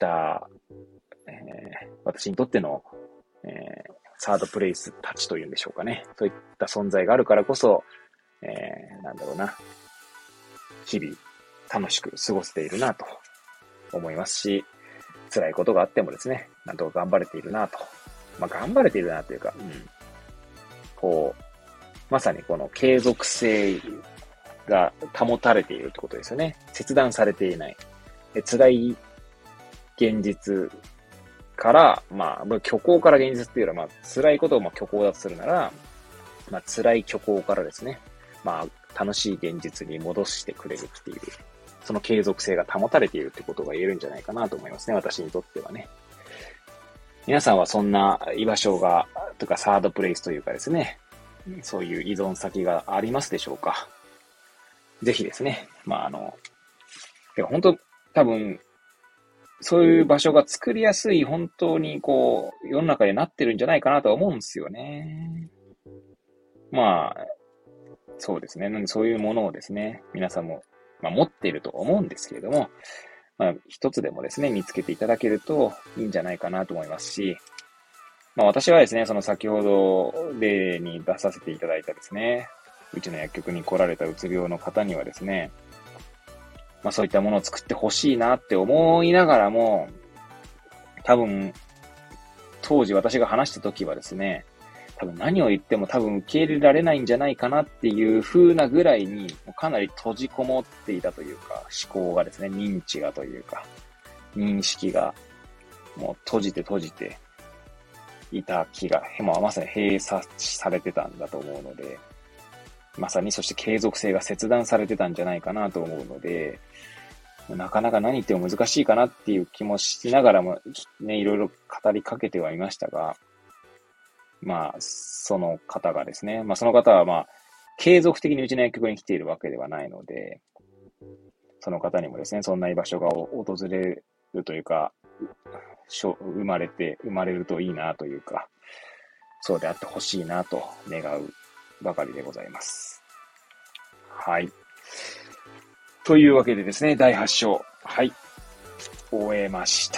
[SPEAKER 1] えー、私にとっての、えー、サードプレイスたちというんでしょうかね。そういった存在があるからこそ、えー、なんだろうな、日々楽しく過ごせているなと思いますし、辛いことがあってもですね、なんとか頑張れているなと。まあ頑張れているなというか、うん、こう、まさにこの継続性が保たれているってことですよね。切断されていない。辛い現実から、まあ、虚構から現実っていうのは、まあ、辛いことをまあ虚構だとするなら、まあ、辛い虚構からですね、まあ、楽しい現実に戻してくれるっていう、その継続性が保たれているってことが言えるんじゃないかなと思いますね。私にとってはね。皆さんはそんな居場所が、とかサードプレイスというかですね、そういう依存先がありますでしょうか。ぜひですね、まあ、あの、てか本当多分、そういう場所が作りやすい、本当にこう、世の中になってるんじゃないかなとは思うんですよね。まあ、そうですね。なんでそういうものをですね、皆さんも、まあ、持っていると思うんですけれども、まあ、一つでもですね、見つけていただけるといいんじゃないかなと思いますし、まあ私はですね、その先ほど例に出させていただいたですね、うちの薬局に来られたうつ病の方にはですね、まあそういったものを作ってほしいなって思いながらも、多分、当時私が話した時はですね、多分何を言っても多分受け入れられないんじゃないかなっていう風なぐらいに、かなり閉じこもっていたというか、思考がですね、認知がというか、認識がもう閉じて閉じていた気が、まあ、まさに閉鎖されてたんだと思うので、まさにそして継続性が切断されてたんじゃないかなと思うので、なかなか何言っても難しいかなっていう気もしながらも、ね、いろいろ語りかけてはいましたが、まあ、その方がですね、まあその方はまあ、継続的にうちの薬局に来ているわけではないので、その方にもですね、そんな居場所が訪れるというか、生まれて、生まれるといいなというか、そうであってほしいなと願うばかりでございます。はい。というわけでですね、だいはち章。はい。終えました。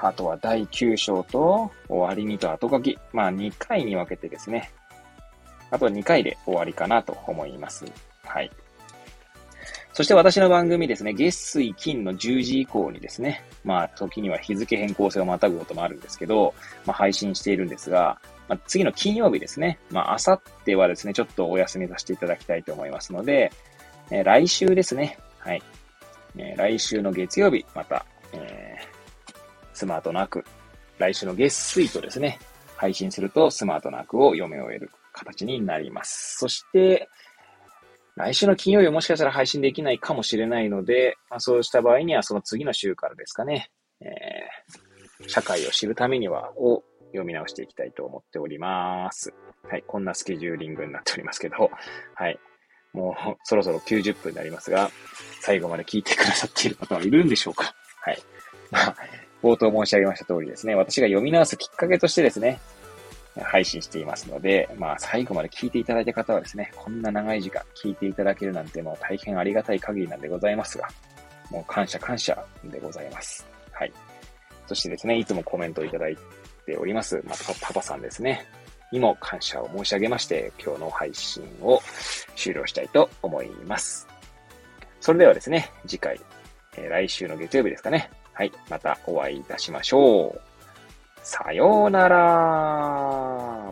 [SPEAKER 1] あとはだいきゅう章と終わりにと後書き。まあにかいに分けてですね。あとはにかいで終わりかなと思います。はい。そして私の番組ですね、月水金のじゅうじ以降にですね、まあ時には日付変更性をまたぐこともあるんですけど、まあ配信しているんですが、まあ、次の金曜日ですね、まあ明後日はですね、ちょっとお休みさせていただきたいと思いますので、えー、来週ですね、はい、えー、来週の月曜日、また、えー、スマートな悪、来週の月水とですね、配信するとスマートな悪を読め終える形になります。そして、来週の金曜日もしかしたら配信できないかもしれないので、まあ、そうした場合にはその次の週からですかね、えー、社会を知るためにはを読み直していきたいと思っております。はい、こんなスケジューリングになっておりますけど、はい、もうそろそろきゅうじゅっぷんになりますが、最後まで聞いてくださっている方はいるんでしょうか。はい。まあ、冒頭申し上げました通りですね、私が読み直すきっかけとしてですね、配信していますので、まあ最後まで聞いていただいた方はですね、こんな長い時間聞いていただけるなんてもう大変ありがたい限りなんでございますが、もう感謝感謝でございます。はい。そしてですね、いつもコメントをいただいております、まあ、パパさんですね、にも感謝を申し上げまして、今日の配信を終了したいと思います。それではですね、次回、えー、来週の月曜日ですかね。はい。またお会いいたしましょう。さようなら。